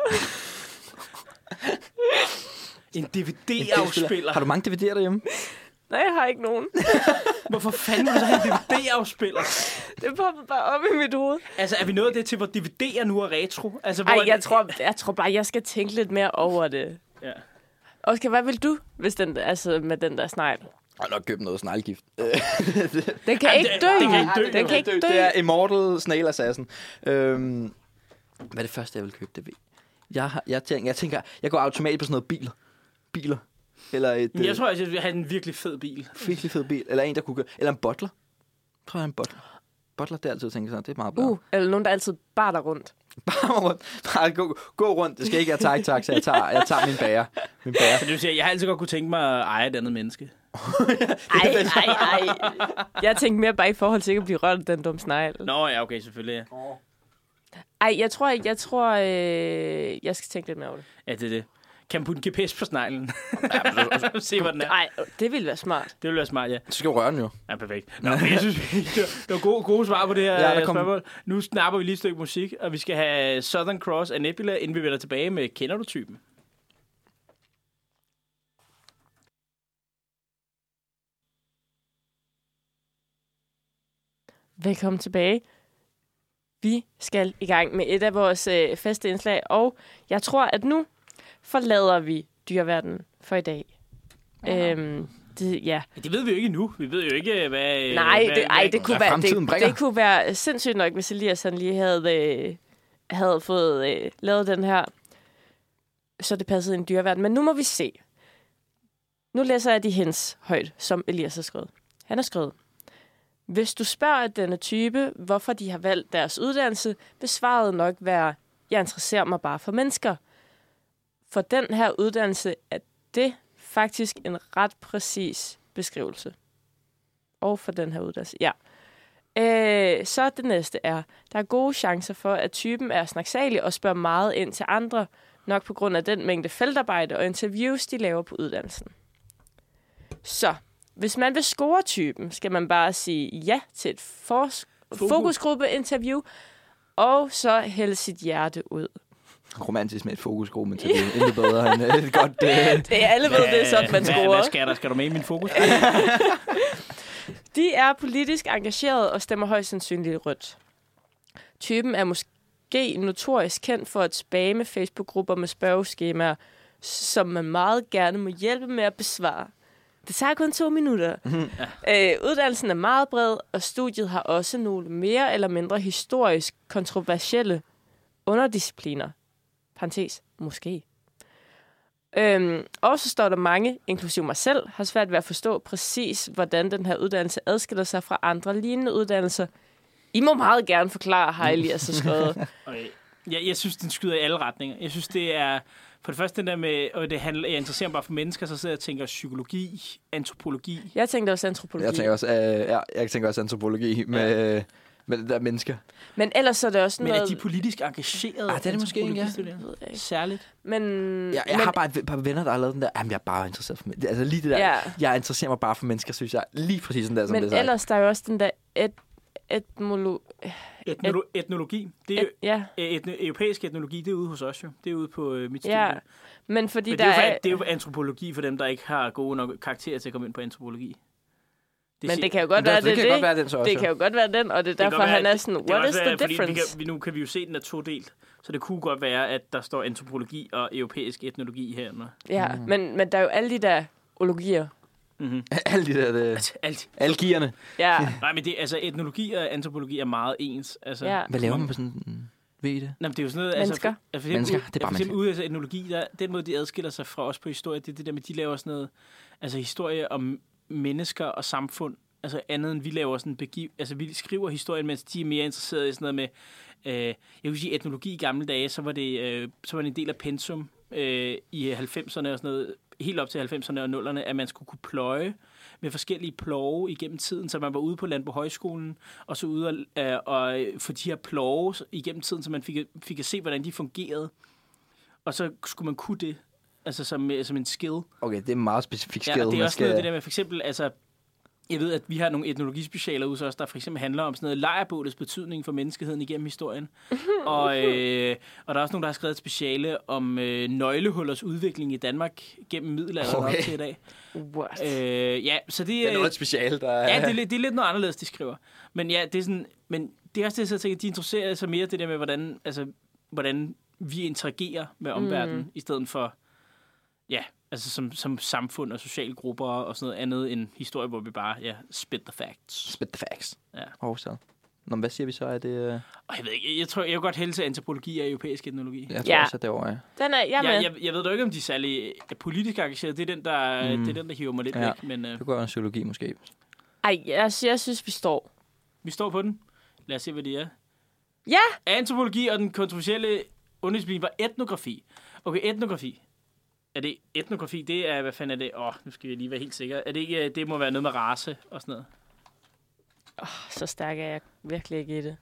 En DVD-afspiller? Har du mange DVD'er derhjemme? Nej, jeg har ikke nogen. Hvorfor fanden vil du have en DVD-afspiller? Det poppede bare op i mit hoved. Altså, er vi nået det til, hvor DVD'er nu er retro? Altså, jeg tror bare, jeg skal tænke lidt mere over det. Ja. Oscar, hvad vil du, hvis den, altså med den der snegl? Jeg har nok købt noget sneglegift. Den kan ikke dø. Den kan ikke dø. Det er Immortal Snail Assassin. Hvad er det første, jeg vil købe? Det ved jeg tænker, jeg går automatisk på sådan noget biler. Eller jeg tror, jeg vil have en virkelig fed bil. Virkelig fed bil. Eller en, der kunne gøre. Eller en butler. Prøv at have en butler. Butler, det er altid tænker sådan, det er meget bra. Eller nogen, der altid bar der rundt. Bare gå rundt. Det skal ikke have taxa. Jeg tager min bager. Så det vil sige, jeg har altid godt kunne tænke mig at eje et andet menneske. Ej. Jeg tænkte mere bare i forhold til ikke at blive rørt af den dumme snegl. Nå, ja, okay, selvfølgelig. Ja. Ej, jeg tror, jeg skal tænke lidt mere over det. Ja, det er det. Kan man putte en GPS på sneglen? Se, hvor den er. Nej, det ville være smart. Det ville være smart, ja. Så skal du røre den jo. Ja, perfekt. Nå, men jeg synes, det var gode svar på det her spørgsmål. Nu snapper vi lige et stykke musik, og vi skal have Southern Cross af Nebula, inden vi vender tilbage med Kender du typen? Velkommen tilbage. Vi skal i gang med et af vores faste indslag, og jeg tror, at nu forlader vi dyreverdenen for i dag. Det ved vi jo ikke endnu. Vi ved jo ikke, hvad... Det kunne være sindssygt nok, hvis Elias han lige havde fået lavet den her, så det passede i en dyreverden. Men nu må vi se. Nu læser jeg de hens højt, som Elias har skrevet. Han har skrevet: Hvis du spørger denne type, hvorfor de har valgt deres uddannelse, vil svaret nok være, jeg interesserer mig bare for mennesker. For den her uddannelse er det faktisk en ret præcis beskrivelse. Og for den her uddannelse, ja. Så det næste er, der er gode chancer for, at typen er snaksalig og spørger meget ind til andre, nok på grund af den mængde feltarbejde og interviews, de laver på uddannelsen. Så hvis man vil score typen, skal man bare sige ja til et fokusgruppe-interview, og så hælde sit hjerte ud. Romantisk med et fokusgruppe-interview. Endelig bedre end et godt... Det er alle ved, det er sådan, man scorer. Hvad skal du med i min fokus? De er politisk engageret og stemmer højst sandsynligt rødt. Typen er måske notorisk kendt for at spamme Facebook-grupper med spørgeskemaer, som man meget gerne må hjælpe med at besvare. Det tager kun 2 minutter. Uddannelsen er meget bred, og studiet har også nogle mere eller mindre historisk kontroversielle underdiscipliner. Parentes, måske. Og så står der mange, inklusive mig selv, har svært ved at forstå præcis, hvordan den her uddannelse adskiller sig fra andre lignende uddannelser. I må meget gerne forklare, har Elias så skrevet. Okay. Jeg synes, den skyder i alle retninger. Jeg synes, det er... For det første den der med, og det handler, jeg interesserer mig bare for mennesker, så sidder jeg og tænker psykologi, antropologi. Jeg tænkte også antropologi. Jeg tænker også antropologi med det der mennesker. Men ellers er det også noget... Men er de politisk engagerede? Det er det måske ikke, ja. Særligt. Jeg har bare et par venner, der har lavet den der, jeg er bare interesseret for mennesker. Altså lige det der, jeg interesserer mig bare for mennesker, synes jeg lige præcis sådan der, som men det er. Men ellers der er jo også den der etnologi. Det er europæisk etnologi, det er ude hos os jo. Det er ude på mit studie. Ja, men fordi men det er jo antropologi for dem, der ikke har gode nok karakterer til at komme ind på antropologi. Men det kan jo godt være, det kan godt være den så også. Det kan jo godt være den, og det er derfor, han er sådan, what is the difference? Nu kan vi jo se, at den er todelt. Så det kunne godt være, at der står antropologi og europæisk etnologi her. Ja, men der er jo alle de der ologier. Mm-hmm. Alle de der algierne. Ja. Nej, men det, altså, etnologi og antropologi er meget ens. Altså, ja. Hvad laver man på sådan ved I det? Nå, det er jo sådan noget... Mennesker. Mennesker, det er bare mennesker. Ude af etnologi, den måde, de adskiller sig fra os på historie, det er det der med, de laver sådan noget... Altså historie om mennesker og samfund. Altså andet end vi laver sådan altså vi skriver historien, mens de er mere interesserede i sådan noget med... jeg vil sige, etnologi i gamle dage, så var det en del af pensum i 90'erne og sådan noget, helt op til 90'erne og 0'erne, at man skulle kunne pløje med forskellige plove igennem tiden, så man var ude på Landbohøjskolen, og så ude og få de her plove igennem tiden, så man fik at se, hvordan de fungerede. Og så skulle man kunne det, altså som en skill. Okay, det er en meget specifik skill. Ja, og det er også noget det der med, for eksempel, altså, jeg ved, at vi har nogle etnologispecialer ude også, der for eksempel handler om sådan noget lejrbålets betydning for menneskeheden igennem historien. Og der er også nogen, der har skrevet et speciale om nøglehullers udvikling i Danmark gennem middelalderen op til i dag. What? Ja, så det er noget speciale, der er... Ja, det er lidt noget anderledes, de skriver. Men ja, det er sådan... Men det er også det, så jeg tænker, de interesserer sig mere det der med, hvordan vi interagerer med omverdenen, i stedet for... Ja, Altså som samfund og sociale grupper og sådan noget andet end historie, hvor vi bare, spit the facts. Spit the facts. Ja. Så. Nå, hvad siger vi så? Er det... Jeg ved ikke, jeg tror, jeg vil godt hælde til antropologi og europæisk etnologi. Jeg tror også, at det over, Den er, jeg ved da ikke, om de er særlig politisk engagerede. Det er den, der hiver mig lidt væk. Men, det kunne være en psykologi måske. Ej, jeg synes, vi står. Vi står på den. Lad os se, hvad det er. Ja! Antropologi og den kontroversielle underdisciplin var etnografi. Okay, etnografi. Er det etnografi? Det er, hvad fanden er det? Nu skal vi lige være helt sikre. Er det ikke, det må være noget med race og sådan noget? Så stærk er jeg virkelig ikke i det.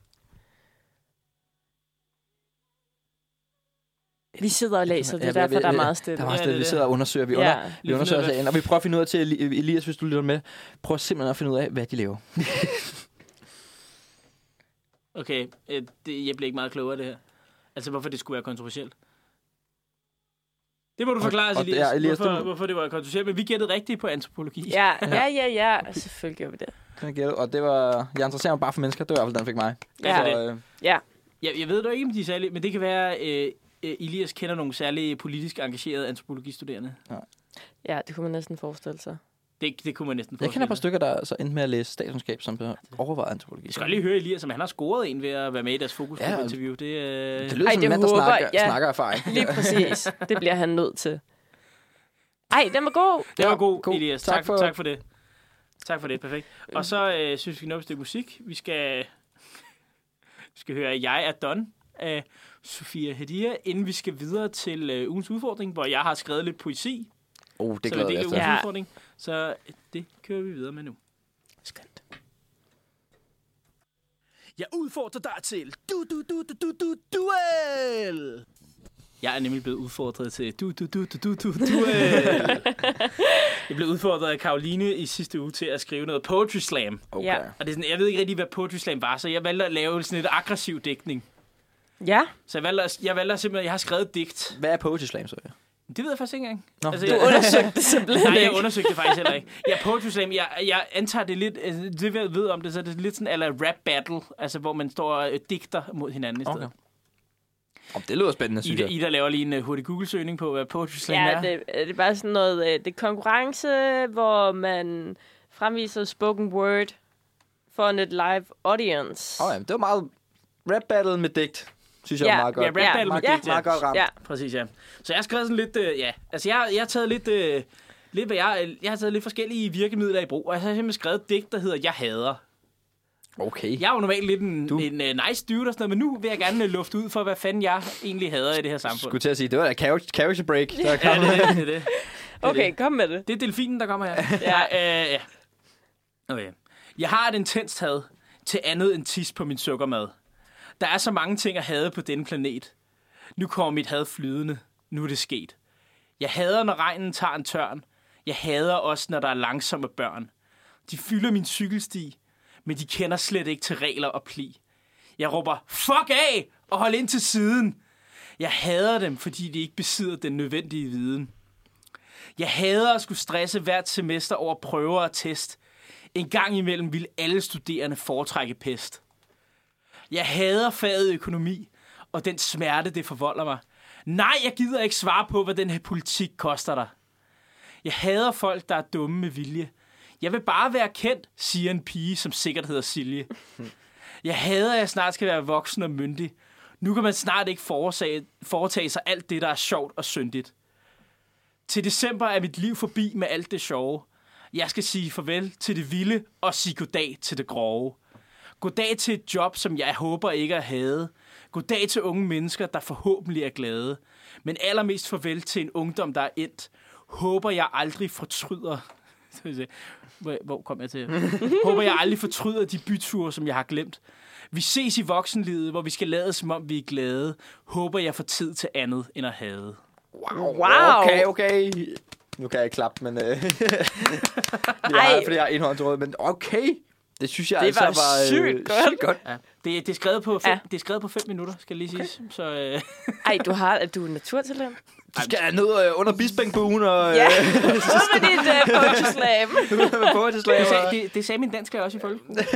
Vi sidder og læser, det er derfor, der er meget stille. Der er meget stille. Vi sidder og undersøger. Vi undersøger sagen, og vi prøver at finde ud af til Elias, hvis du lytter med. Prøv simpelthen at finde ud af, hvad de laver. Okay, jeg bliver ikke meget klogere det her. Altså, hvorfor det skulle være kontroversielt. Det må du forklare, Elias, hvorfor det var kontroversielt. Men vi gættede rigtigt på antropologi. Ja. Selvfølgelig gjorde vi det. Og det var... Jeg interesserer mig bare for mennesker. Det var i hvert fald, den fik mig. Ja. Jeg ved da ikke, om de er særlige, men det kan være, Elias kender nogle særlige politisk engagerede antropologistuderende. Ja, det kunne man næsten forestille sig. Det kunne man næsten forestille sig. Jeg kender et par stykker, der så endte med at læse statskundskab, som overvejet antropologi. Jeg skal lige høre Elias, om han har scoret en ved at være med i deres fokusgruppe-interview. Det lyder som en mand, der snakker erfaring. Lige præcis. Det bliver han nødt til. Ej, den var god. Det var god, Elias. Tak for det. Tak for det, perfekt. Og så synes vi nå et stykke musik. Vi skal høre Jeg er Don af Sofia Hadia, inden vi skal videre til ugens udfordring, hvor jeg har skrevet lidt poesi. Det glæder jeg til. Udfordring. Så det kører vi videre med nu. Skønt. Jeg udfordrer dig til duel! Jeg er nemlig blevet udfordret til duel. Jeg blev udfordret af Karoline i sidste uge til at skrive noget Poetry Slam. Okay. Og det er sådan, jeg ved ikke rigtig, hvad Poetry Slam var, så jeg valgte at lave sådan et aggressiv digtning. Ja. Så jeg valgte simpelthen, jeg har skrevet digt. Hvad er Poetry Slam, så? Det ved jeg faktisk ikke engang. Altså, du undersøgte det simpelthen. Nej, jeg undersøgte det faktisk heller ikke. Poetry Slam, jeg antager det lidt, det jeg ved om det, så er det lidt sådan eller rap battle, altså hvor man står og digter mod hinanden i stedet. Det lyder spændende, synes jeg. Ida laver lige en hurtig Google-søgning på, hvad Poetry Slam er. Det er bare sådan noget, det er konkurrence, hvor man fremviser spoken word for en live audience. Det var meget rap battle med digt. Synes jeg er meget godt. Ja, rap battle med digt. Meget godt ramt. Ja. Præcis, ja. Så jeg har skrevet sådan lidt, altså jeg har taget lidt, jeg har taget lidt forskellige virkemidler i brug, og jeg har simpelthen skrevet et digt, der hedder Jeg hader. Okay. Jeg er jo normalt lidt en nice dude og sådan noget, men nu vil jeg gerne lufte ud for, hvad fanden jeg egentlig hader i det her samfund. Skulle til at sige, det var da character break, der kom. Det er det. Okay, kom med det. Det er delfinen, der kommer her. Ja. Okay. Jeg har et intenst had til andet end tis på min sukkermad. Der er så mange ting at hade på denne planet. Nu kommer mit had flydende. Nu er det sket. Jeg hader, når regnen tager en tørn. Jeg hader også, når der er langsomme børn. De fylder min cykelsti, men de kender slet ikke til regler og pli. Jeg råber, fuck af, og hold ind til siden. Jeg hader dem, fordi de ikke besidder den nødvendige viden. Jeg hader at skulle stresse hvert semester over prøver og test. En gang imellem vil alle studerende foretrække pest. Jeg hader faget økonomi, og den smerte, det forvolder mig. Nej, jeg gider ikke svare på, hvad den her politik koster dig. Jeg hader folk, der er dumme med vilje. Jeg vil bare være kendt, siger en pige, som sikkert hedder Silje. Jeg hader, at jeg snart skal være voksen og myndig. Nu kan man snart ikke foretage sig alt det, der er sjovt og syndigt. Til december er mit liv forbi med alt det sjove. Jeg skal sige farvel til det vilde og sige goddag til det grove. Goddag til et job, som jeg håber ikke at have. Goddag til unge mennesker, der forhåbentlig er glade. Men allermest farvel til en ungdom, der er endt. Håber jeg aldrig fortryder... Hvor kom jeg til? Håber jeg aldrig fortryder de byture, som jeg har glemt. Vi ses i voksenlivet, hvor vi skal lade som om vi er glade. Håber jeg får tid til andet end at hade. Wow. Okay. Nu kan jeg ikke klappe, men... fordi jeg har indholdt til råd, men okay. Det synes jeg det altså var sygt godt. Ja. Det er skrevet på 5 minutter, skal jeg lige sige. Så, Ej, du er naturtalent. Du skal ned under Bispingbuen og... Ja, ud med dit poetry slam. Det sagde min dansker også i folkeskolen.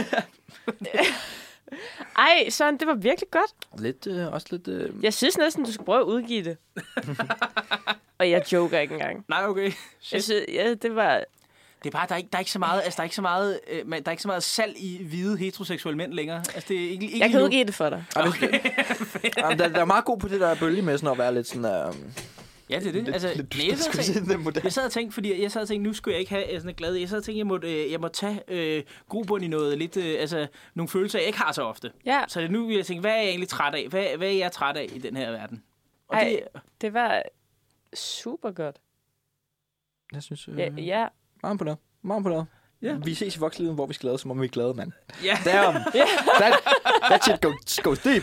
Ej, Søren, det var virkelig godt. Også lidt... Jeg synes næsten, du skulle prøve at udgive det. Og jeg joker ikke engang. Nej, okay. Jeg synes, det var... Det er bare, der er ikke så meget, der er ikke så meget salg i hvide heteroseksuelle mænd længere. Altså, det er ikke jeg kan udgive det for dig. Okay. Der er meget god på det der bølge med sådan at være lidt sådan... Ja, det er det. Altså, jeg sad og tænkte, nu skulle jeg ikke have sådan en glad. Jeg sad og tænkte, jeg må tage grobund i noget lidt, nogle følelser, jeg ikke har så ofte. Ja. Så det er nu, jeg tænker, hvad er jeg egentlig træt af? Hvad er jeg træt af i den her verden? Og det var super godt. Jeg synes... Ja. Meget på det. Ja. Vi ses i voksenlivet, hvor vi skal lade, som om vi er glade, mand. Ja. That shit goes deep.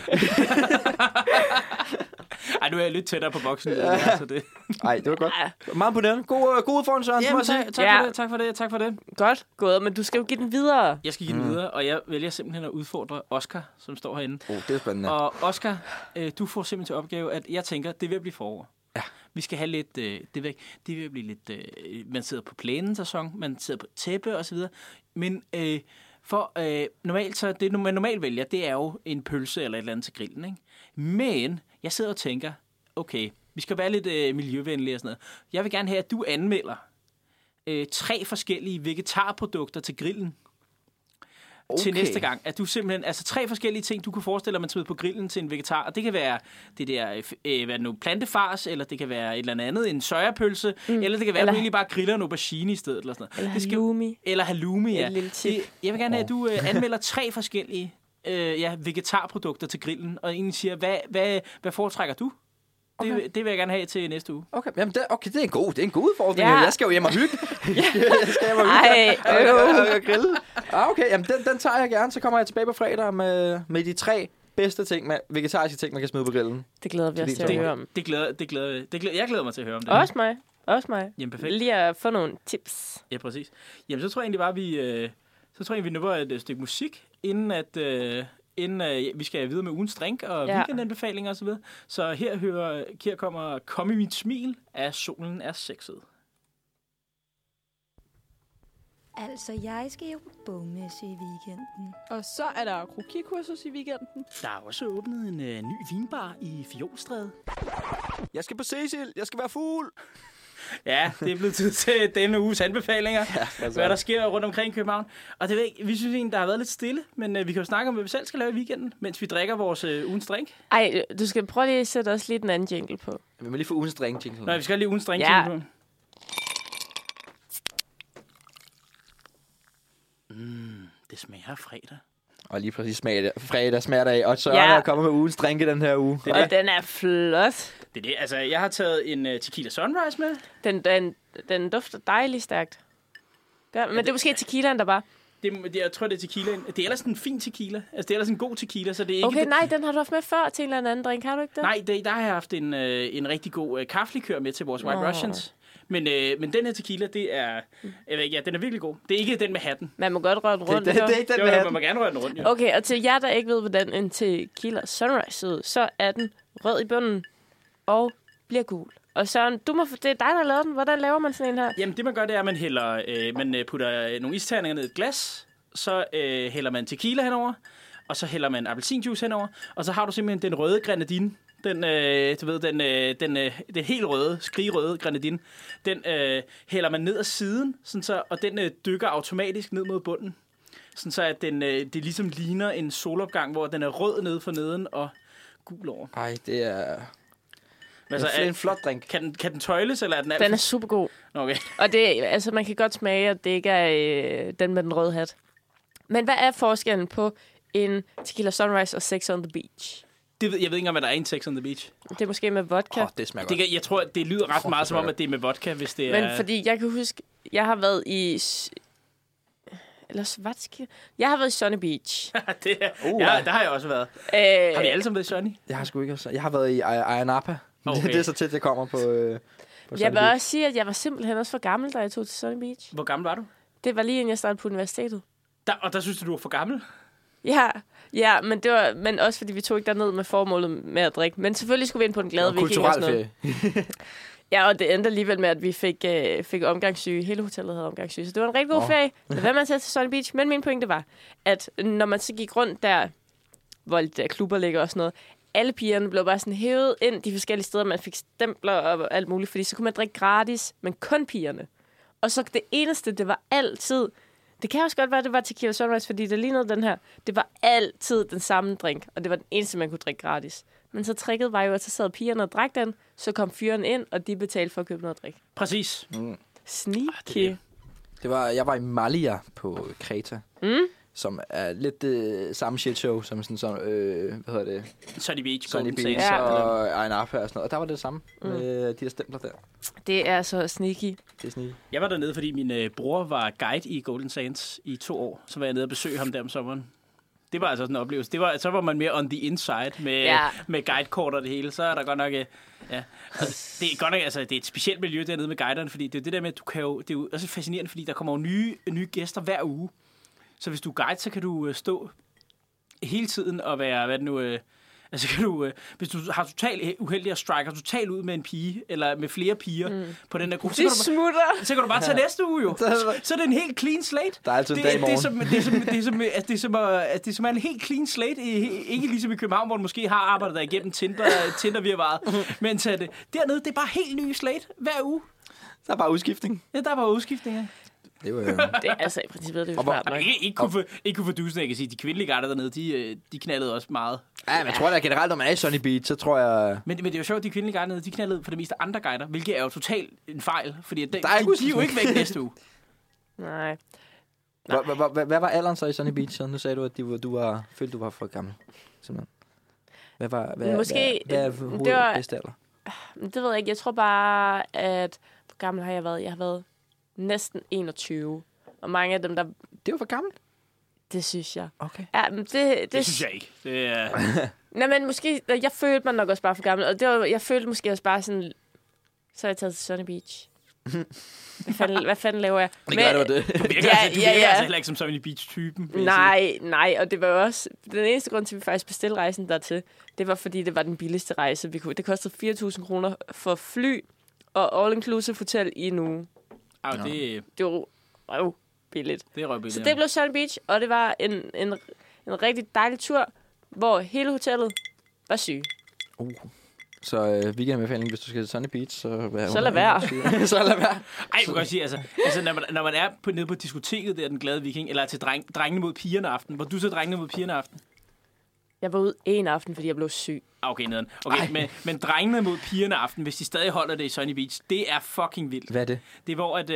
Ej, nu er jeg lidt tættere på voksenlivet. Ja. Det var godt. Meget på det. God udfordring, Søren. Jamen, tak for det. Godt gået, men du skal jo give den videre. Jeg skal give den videre, og jeg vælger simpelthen at udfordre Oscar, som står herinde. Det er spændende. Og Oscar, du får simpelthen til opgave, at jeg tænker, det vil blive forår. Ja. Vi skal have lidt, det vil blive lidt, man sidder på plænen-sæson, man sidder på tæppe og så videre, men normalt, så det man normalt vælger, det er jo en pølse eller et eller andet til grillen, ikke? Men jeg sidder og tænker, okay, vi skal være lidt miljøvenlige og sådan noget. Jeg vil gerne have, at du anmelder 3 forskellige vegetarprodukter til grillen. Okay. Til næste gang, at du simpelthen, 3 forskellige ting, du kunne forestille dig, at man smider på grillen til en vegetar, og det kan være det der, plantefars, eller det kan være et eller andet, en sojapølse, eller det kan være, at du egentlig bare griller en aubergine i stedet, eller sådan noget. Eller halloumi, ja. Jeg vil gerne have, at du anmelder 3 forskellige vegetarprodukter til grillen, og egentlig siger, hvad foretrækker du? Okay. Det vil jeg gerne have til næste uge. Okay, jamen det er en god udfordring. Ja. Jeg skal jo hjem og hygge. Jeg skal hjem og grille. Okay, jamen den tager jeg gerne. Så kommer jeg tilbage på fredag med de 3 bedste ting, med vegetariske ting, man kan smide på grillen. Det glæder vi os til at høre om. Jeg glæder mig til at høre om det. Også mig. Jamen, perfekt. Lige at få nogle tips. Ja, præcis. Jamen, så tror jeg egentlig bare, vi nupper et stykke musik, inden vi skal videre med ugens drink og weekendanbefalinger og så videre. Så her kommer Kom i mit smil af Solen er sexet. Altså, jeg skal jo på bogmesse i weekenden. Og så er der krokikursus i weekenden. Der er også åbnet en ny vinbar i Fjolstræde. Jeg skal på Cecil. Jeg skal være fugl. Ja, det er blevet tid til denne uges anbefalinger. Ja, hvad der sker rundt omkring i København. Og det vi synes egentlig, der har været lidt stille, men vi kan jo snakke om, hvad vi selv skal lave i weekenden, mens vi drikker vores ugens drink. Ej, du skal prøve lige at sætte os lidt en anden jingle på. Vi må lige få ugens drink jingle. Nej, vi skal lige ugens drink jingle på. Det smager fredag. Og lige præcis fredag smager der af. Og så er der kommet med ugens drink i den her uge. Og den er flot. Det er det. Altså, jeg har taget en Tequila Sunrise med. Den dufter dejligt stærkt. Ja, men det er måske tequilaen, der bare... Jeg tror, det er tequilaen. Det er ellers en fin tequila. Altså, det er ellers en god tequila, så det er ikke... Okay, nej, den har du haft med før til en eller anden drink, har du ikke det? Nej, der har jeg haft en rigtig god kaffelikør med til vores White Russians. Men den her tequila, det er... den er virkelig god. Det er ikke den med hatten. Man må godt røre den rundt. Det er ikke den med hatten. Man må gerne røre den rundt, jo. Okay, og til jer, der ikke ved, hvordan en tequila sunrise ser ud, så er den rød i bunden og bliver gul. Og Søren, det er dig, der har lavet den. Hvordan laver man sådan en her? Jamen, det man gør, det er, at man putter nogle isterninger ned i et glas, så hælder man tequila henover, og så hælder man appelsinjuice henover, og så har du simpelthen den røde grenadine. Den helt røde, skrigrøde grenadine, den hælder man ned ad siden, sådan så, og den dykker automatisk ned mod bunden. Sådan så, at det ligesom ligner en solopgang, hvor den er rød nede for neden og gul over. Ej, det er... Altså, en flot drink. Kan den tøjles, eller er den alt? Den er super god. Okay. Og man kan godt smage, at det ikke er den med den røde hat. Men hvad er forskellen på en Tequila Sunrise og Sex on the Beach? Jeg ved ikke, om der er en Sex on the Beach. Det er måske med vodka. Det smager godt. Jeg tror, det lyder ret meget som om, at det er med vodka, hvis det er... Men fordi jeg kan huske, jeg har været i... Eller Svatski. Jeg har været i Sunny Beach. Der har jeg også været. Har vi alle sammen været i Sunny? Jeg har sgu ikke. Jeg har været i Ayia Napa. Okay. Det er så tæt, jeg kommer på jeg vil også sige, at jeg var simpelthen også for gammel, da jeg tog til Sunny Beach. Hvor gammel var du? Det var lige inden jeg startede på universitetet. Og der synes du var for gammel? Ja, men også fordi vi tog ikke derned med formålet med at drikke. Men selvfølgelig skulle vi ind på den glade viking og sådan noget. Ja, og det endte alligevel med, at vi fik omgangssyge. Hele hotellet havde omgangssyge. Så det var en rigtig god ferie. Hvad man sagde til Sunny Beach. Men min pointe var, at når man så gik rundt der, hvor de der klubber ligger og sådan noget, alle pigerne blev bare sådan hævet ind de forskellige steder. Man fik stempler og alt muligt, fordi så kunne man drikke gratis, men kun pigerne. Og så det eneste, det var altid... Det kan også godt være, det var Tequila Sunrise, fordi det lignede den her. Det var altid den samme drink, og det var den eneste, man kunne drikke gratis. Men så tricket var jo, at så sad pigerne og drak den, så kom fyren ind, og de betalte for at købe noget at drikke. Præcis. Sneaky. Jeg var i Malia på Kreta, som er lidt samme shit show, som sådan, hvad hedder det? Sunny Beach, og Ayia Napa og sådan noget. Og der var det samme med de der stempler der. Det er så sneaky. Det er sneaky. Jeg var dernede, fordi min bror var guide i Golden Sands i 2 år. Så var jeg nede og besøge ham der om sommeren. Det var altså sådan en oplevelse. Så var man mere on the inside med guidekort og det hele. Så er der godt nok... Ja. Det er godt nok, altså, det er et specielt miljø dernede med guiderne, fordi det er det der med, at du kan jo... Det er jo også fascinerende, fordi der kommer jo nye gæster hver uge. Så hvis du er guide, så kan du stå hele tiden og være... Hvad det nu... Altså kan du, hvis du har totalt uheldig at striker totalt ud med en pige, eller med flere piger på den der gruppe, så kan du bare tage næste uge jo. Så er det en helt clean slate. Der er altid en dag i morgen. Det er som en helt clean slate, ikke ligesom i København, hvor du måske har arbejdet der igennem Tinder vi har varet. Men så det dernede, det er bare helt ny slate hver uge. Der er bare udskiftning. Ja, der er bare udskiftning, ja. Det er altså i princippet, det er jo smart nok. Ikke kunne fordusen, jeg kan sige, de kvindelige guider dernede, de knaldede også meget. Ja, men jeg tror da generelt, når man er i Sunny Beach, så tror jeg... Men det er jo sjovt, de kvindelige guider dernede, de knaldede for det meste andre guider, hvilket er jo totalt en fejl, fordi de er jo ikke væk næste uge. Nej. Hvad var alderen så i Sunny Beach? Så nu sagde du, at du var for gammel. Simpelthen. Hvad er bedste alder? Det ved jeg ikke. Jeg tror bare, at... Hvor gammel har jeg været? Jeg har været næsten 21. Og mange af dem, der... Det var for gammelt? Det synes jeg. Okay. Ja, men det synes jeg ikke. Det er... Nej, men måske... Jeg følte mig nok også bare for gammel. Og jeg følte måske også bare sådan... Så er jeg taget til Sunny Beach. Hvad fanden laver jeg? Det gør det. Du virker altså heller ikke som Sunny Beach-typen. Nej, og det var jo også... Den eneste grund til, at vi faktisk bestilte rejsen dertil, det var, fordi det var den billigste rejse, vi kunne. Det kostede 4.000 kroner for fly og all-inclusive hotel i en uge. Det var jo billigt. Det er billigt. Så det blev Sunny Beach, og det var en rigtig dejlig tur, hvor hele hotellet var syg. Så weekendbefaling, hvis du skal til Sunny Beach, så lad være. Så lad være. Ej, jeg kan godt sige, altså når man er nede på diskoteket der, den glade viking, eller til drengene mod pigerne aften, hvor du så drengene mod pigerne aften? Jeg var ude en aften, fordi jeg blev syg. Okay, nederen. Okay, men drengene mod pigerne aften, hvis de stadig holder det i Sunny Beach, det er fucking vildt. Hvad er det? Det er hvor, at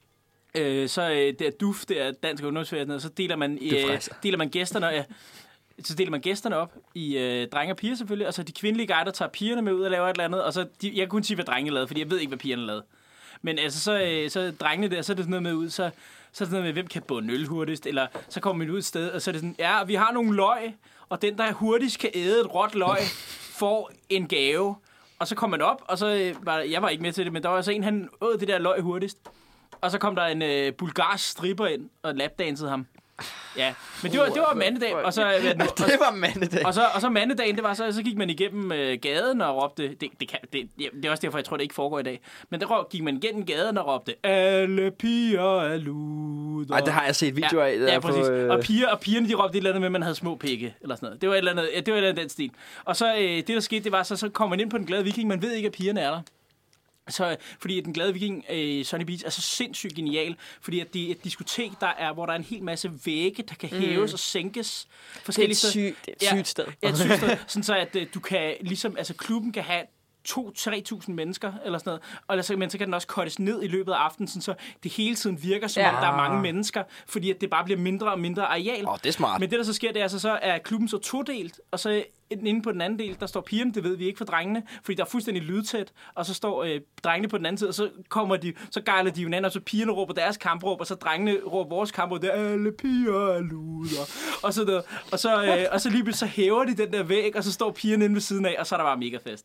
det er DUF, det er Dansk Ungdomsforening, og så deler man gæsterne... Så deler man gæsterne op i drenge og piger selvfølgelig, og så de kvindelige guider tager pigerne med ud og laver et eller andet, og så jeg kan kun sige, hvad drengene lavede, fordi jeg ved ikke, hvad pigerne lavede. Men altså, så drengene der, så er det sådan noget med ud, så er det sådan noget med, hvem kan bunde øl hurtigst, eller så kommer man ud et sted, og så er det sådan, ja, vi har nogle løg, og den, der hurtigst kan æde et råt løg, får en gave. Og så kom man op, og så jeg var ikke med til det, men der var altså en, han åd det der løg hurtigst. Og så kom der en bulgarsk stripper ind og lapdansede ham. Ja, men det var mandedag, og så det var mandedag. Og så mandedagen, det var så gik man igennem gaden og råbte. Det er også derfor jeg tror det ikke foregår i dag. Men der gik man igennem gaden og råbte alle piger er luder. Ej, det har jeg set videoer af. Ja, præcis. Og pigerne de råbte et eller andet med at man havde små pikke eller sådan noget. Det var et eller andet den stil. Og så det der skete, det var så kom man ind på den glade viking, man ved ikke at pigerne er der. Så, fordi den glade viking Sunny Beach er så sindssygt genial, fordi at det er et diskotek, hvor der er en hel masse vægge, der kan hæves og sænkes forskellige steder. Det er et sygt sted. Ja, et sygt sted. Sådan så, at du kan ligesom, altså klubben kan have 2-3.000 mennesker, eller sådan noget. Men så kan den også cuttes ned i løbet af aftenen, sådan så det hele tiden virker, som om der er mange mennesker, fordi at det bare bliver mindre og mindre areal. Det er smart. Men det, der så sker, det er, så er klubben så todelt, og så inde på den anden del, der står pigerne, det ved vi ikke for drengene, fordi der er fuldstændig lydtæt, og så står drengene på den anden side, og så gejler de jo hinanden, og så pigerne råber deres kampråb, og så drengene råber vores kampråb, der alle piger er luder, og så der, og så lige pludselig så hæver de den der væg, og så står pigerne inde ved siden af, og så er der bare mega fest.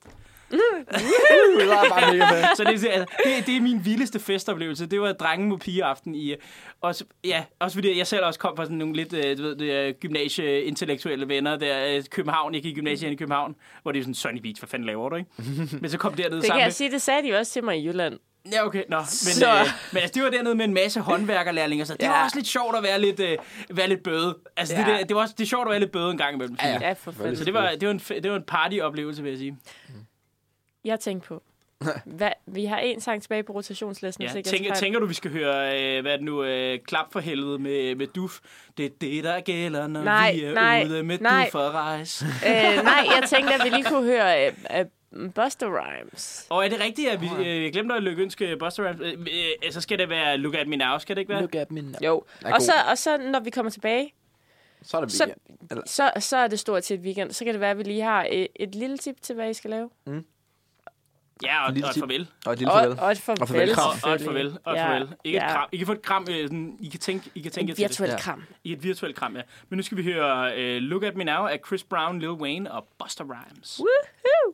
Så det er min vildeste festeoplevelse. Det var drenge mod piger aften i også fordi jeg selv også kom fra sådan nogle lidt gymnasie-intellektuelle venner der København. Jeg gik i gymnasiet i København, hvor det er sådan Sunny Beach, hvad fanden laver du, ikke? Men så kom dernede sammen. Det kan jeg sige, det sagde de også til mig i Jylland. Ja, okay. Nå, men altså, det var dernede med en masse håndværkerlærlinger, så det var også lidt sjovt at være lidt bøde. Altså, det er sjovt at være lidt bøde en gang imellem. Ja, for fanden. Så det var en partyoplevelse, vil jeg sige. Jeg tænkte på, vi har en sang tilbage på rotationslisten. Ja, tænker du, vi skal høre, hvad er det nu, klap for helvede med Duf? Det er det, der gælder, når vi er ude med Duf og rejse. Nej, jeg tænkte, at vi lige kunne høre Busta Rhymes. Og er det rigtigt, at vi glemte at lykønske Busta Rhymes? Så skal det være Look At Me Now, skal det ikke være? Look At Me Now. Jo, og så når vi kommer tilbage, så er det weekend. Så er det stort til et weekend. Så kan det være, at vi lige har et lille tip til, hvad I skal lave. Ja, og et farvel. Og et lille farvel. Og et farvel. Og et farvel. Ikke et kram. I kan få et kram. I kan tænke et virtuelt kram. I et virtuelt kram, ja. Men nu skal vi høre Look At Me Now af Chris Brown, Lil Wayne og Busta Rhymes. Woohoo!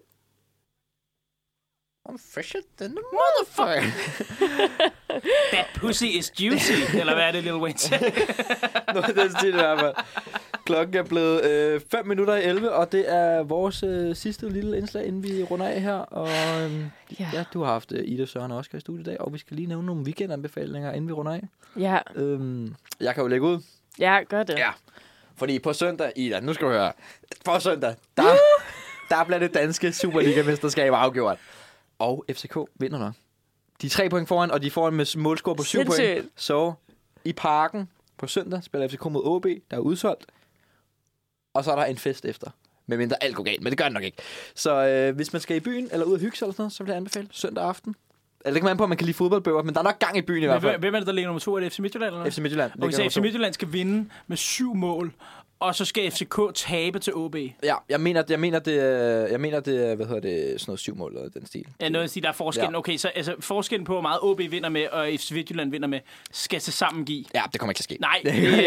I'm fresher than the motherfucker. That pussy is juicy. Eller hvad er det, Lil Wayne siger? Nå, det er det i hvert fald. Klokken er blevet 5 minutter i 11, og det er vores sidste lille indslag, inden vi runder af her. Og ja, du har haft Ida, Søren og Oscar i studiet i dag, og vi skal lige nævne nogle weekendanbefalinger, inden vi runder af. Ja. Jeg kan jo lægge ud. Ja, gør det. Ja, fordi på søndag, Ida, nu skal du høre. På søndag, der bliver det danske Superliga-mesterskab afgjort. Og FCK vinder nok. De er 3 point foran, og de får en målscore på 7 point. Så i Parken på søndag spiller FCK mod OB, der er udsolgt. Og så er der en fest efter. Medmindre alt går galt, men det gør det nok ikke. Så hvis man skal i byen, eller ud og hygge sig eller sådan noget, så vil jeg anbefale søndag aften. Eller det kan man på, at man kan lide fodboldbøger, men der er nok gang i byen i hvert fald. Hvem er det, der ligger nummer 2? Er det FC Midtjylland? Eller? FC Midtjylland. Og hvis FC Midtjylland skal vinde med 7 mål, og så skal FCK tabe til OB. Ja, jeg mener det er, hvad hedder det, sådan noget 7 mål eller den stil. Ja, noget at sige, der er forskellen. Ja. Okay, så altså, forskellen på, hvor meget OB vinder med, og FC Midtjylland vinder med, skal til sammen give. Ja, det kommer ikke til at ske. Nej,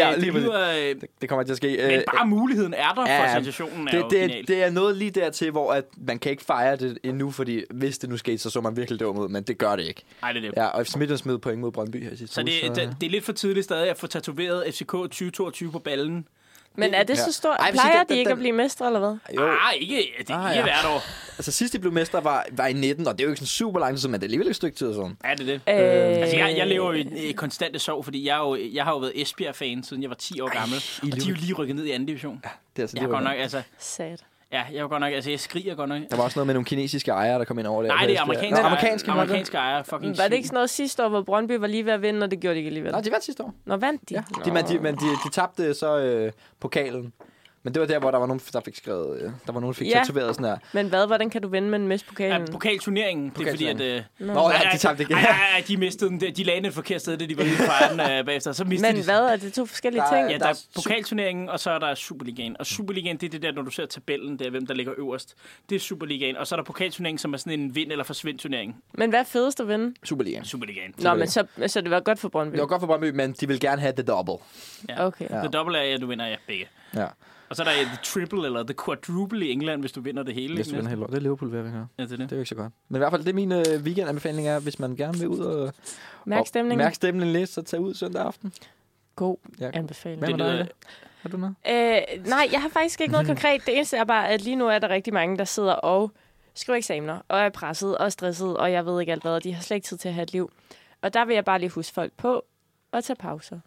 det kommer ikke til at ske. Men bare muligheden er der, for sensationen er jo genial. Det er noget lige dertil, hvor at man kan ikke fejre det endnu, fordi hvis det nu skete, så man virkelig dum ud, men det gør det ikke. Nej, det er det. Ja, og FC Midtjylland smed point mod Brøndby her i sidste uge. Så det er lidt for tidligt stadig at få tatoveret FCK 2022 på ballen. Men er det så stort? Plejer de ikke at blive mestre, eller hvad? Jo. Ikke hvert år. Altså sidst de blev mestre var i 19, og det er jo ikke sådan super lang tid, men det er alligevel et stykke tid sådan. Ja, det er det. Altså jeg lever jo i konstante sorg, fordi jeg har jo været Esbjerg-fan, siden jeg var 10 år gammel. Og de er jo lige rykket ned i anden division. Ja, det er altså jeg godt nok, altså... Sad. Ja, jeg var godt nok, altså jeg skriger godt nok. Der var også noget med nogle kinesiske ejere, der kom ind over det. Nej, det er amerikanske ejere. Fucking var det ikke sådan noget sidste år, hvor Brøndby var lige ved at vinde, og det gjorde de ikke alligevel? Nej, de vandt sidste år. Nå, vandt de? Ja. Men de tabte så pokalen. Men det var der, hvor der var nogen, der fik skrevet... Der var nogen, der fik tatoveret sådan der. Men hvordan kan du vinde med en mist-pokalen? Ja, pokalturneringen. Det er fordi, at... de tabte igen. De mistede den. De lagde den et forkert sted, da de var lige fra den bagefter. Så mistede men hvad er det 2 forskellige ting? Ja, der er pokalturneringen, og så er der Superligaen. Og Superligaen, det er det der, når du ser tabellen, der hvem der ligger øverst. Det er Superligaen. Og så er der pokalturneringen, som er sådan en vind- eller forsvind-turnering. Men hvad er fedest at vinde? Superligaen. Nå, men så det var godt for Brøndby. Det var godt for Brøndby, men de vil gerne have the double. Ja. Okay. The double er, at du vinder begge. Ja. Og så er der the triple eller the quadruple i England, hvis du vinder det hele. Hvis du vinder hele år. Det er Liverpool ved at gøre. Ja, det er det. Det er jo ikke så godt. Men i hvert fald, det er min weekendanbefaling er, hvis man gerne vil ud og mærke stemningen lidt, så tag ud søndag aften. God anbefaling. Hvad med dig? Har du noget? Nej, jeg har faktisk ikke noget konkret. Det eneste er bare, at lige nu er der rigtig mange, der sidder og skriver eksamener, og er presset og stresset, og jeg ved ikke alt hvad, og de har slet ikke tid til at have et liv. Og der vil jeg bare lige huske folk på at tage pauser.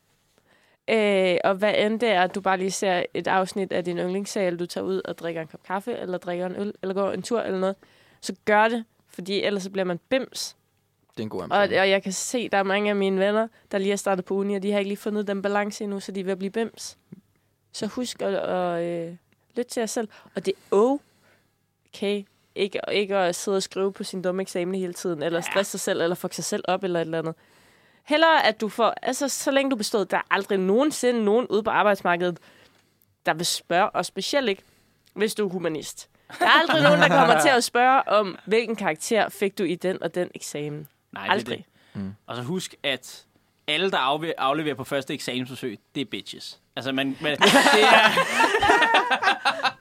Og hvad end det er, at du bare lige ser et afsnit af din yndlingsserie, eller du tager ud og drikker en kop kaffe, eller drikker en øl, eller går en tur eller noget, så gør det, fordi ellers så bliver man bims. Det er en god anbefaling. Og jeg kan se, at der er mange af mine venner, der lige har startet på uni, og de har ikke lige fundet den balance endnu, så de er ved at blive bims. Så husk at lytte til jer selv. Og det er okay ikke at sidde og skrive på sin dumme eksamen hele tiden, eller stresse sig selv, eller fuck sig selv op, eller et eller andet. Hellere, at du får... Altså, så længe du bestod, der er aldrig nogensinde nogen ude på arbejdsmarkedet, der vil spørge, og specielt ikke, hvis du er humanist. Der er aldrig nogen, der kommer til at spørge om, hvilken karakter fik du i den og den eksamen. Nej, aldrig. Det. Og så husk, at alle, der afleverer på første eksamensforsøg, det er bitches. Altså, det er...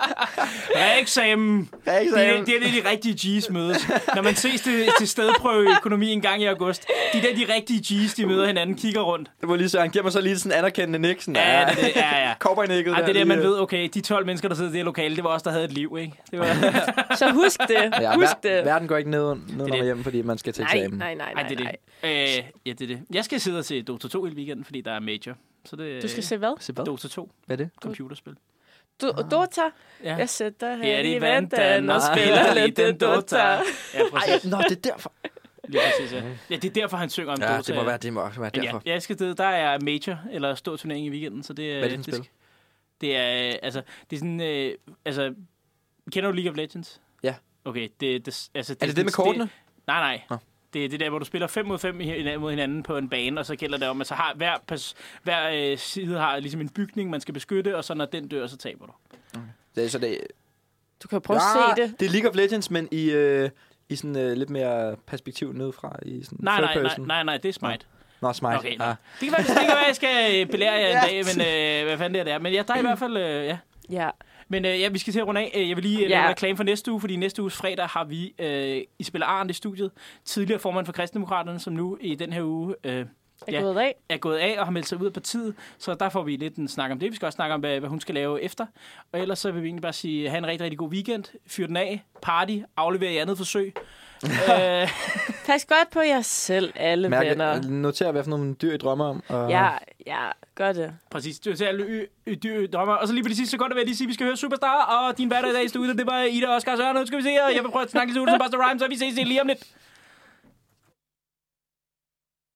Reeksamen. Det er de rigtige G's mødes. Når man ses til stedprøve økonomi en gang i august, de rigtige G's, de møder hinanden, kigger rundt. Det var lige så, han giver mig så lige sådan anerkendende nik. Ja. Cowboy-nikket. Det er det, man ved, okay, de 12 mennesker, der sidder i det lokale, det var os, der havde et liv, ikke? Det var... Så husk det. Husk det. Verden går ikke ned hjemme, fordi man skal til eksamen. Nej. Det er det. Jeg skal sidde og se Dota 2 hele weekenden, fordi der er major. Så det, du skal se hvad? Dota 2. Hvad er det? Computerspil. Dota? Ja. Jeg sætter her i vanten og spiller lidt den Dota. Ja, præcis. Nå, det er derfor. Lige præcis, ja. Ja, det er derfor, han synger om Dota. Det må være derfor. Ja, jeg skal det. Der er major, eller stor turnering i weekenden, så det er... Hvad er det for spil? Det er, altså, det er sådan, kender du League of Legends? Ja. Okay, det er det med kortene? Nej. Det er det der, hvor du spiller 5 mod 5 mod hinanden på en bane, og så gælder det om, at så har hver side har ligesom en bygning, man skal beskytte, og så når den dør, så taber du. Okay. Du kan jo prøve at se det. Det er League of Legends, men i sådan lidt mere perspektiv nedefra. I sådan nej, det er Smite. Nå, Smite. Okay, det kan være, jeg skal belære jer en dag, men hvad fanden det er. Men ja, der er i hvert fald, Ja. Men vi skal til at runde af. Jeg vil lige lave reklame for næste uge, fordi næste uges fredag har vi Isabella Arendt i studiet. Tidligere formand for Kristendemokraterne, som nu i den her uge er gået af og har meldt sig ud af partiet. Så der får vi lidt en snak om det. Vi skal også snakke om, hvad hun skal lave efter. Og ellers så vil vi egentlig bare sige, have en rigtig, rigtig god weekend. Fyr den af. Party. Aflever i andet forsøg. Pas godt på jer selv, alle venner. Noter, hvad for nogle dyr I drømmer om. Ja, gør det. Præcis, du ser alle dyr drømmer. Og så lige på det sidste, så godt at være lige sige, at vi skal høre Superstar, og din hverdag i dag i studiet, det var Ida, Oscar og Søren. Nu skal vi se, og jeg vil prøve at snakke lidt ud som Buster Rhymes, og vi ses lige om lidt.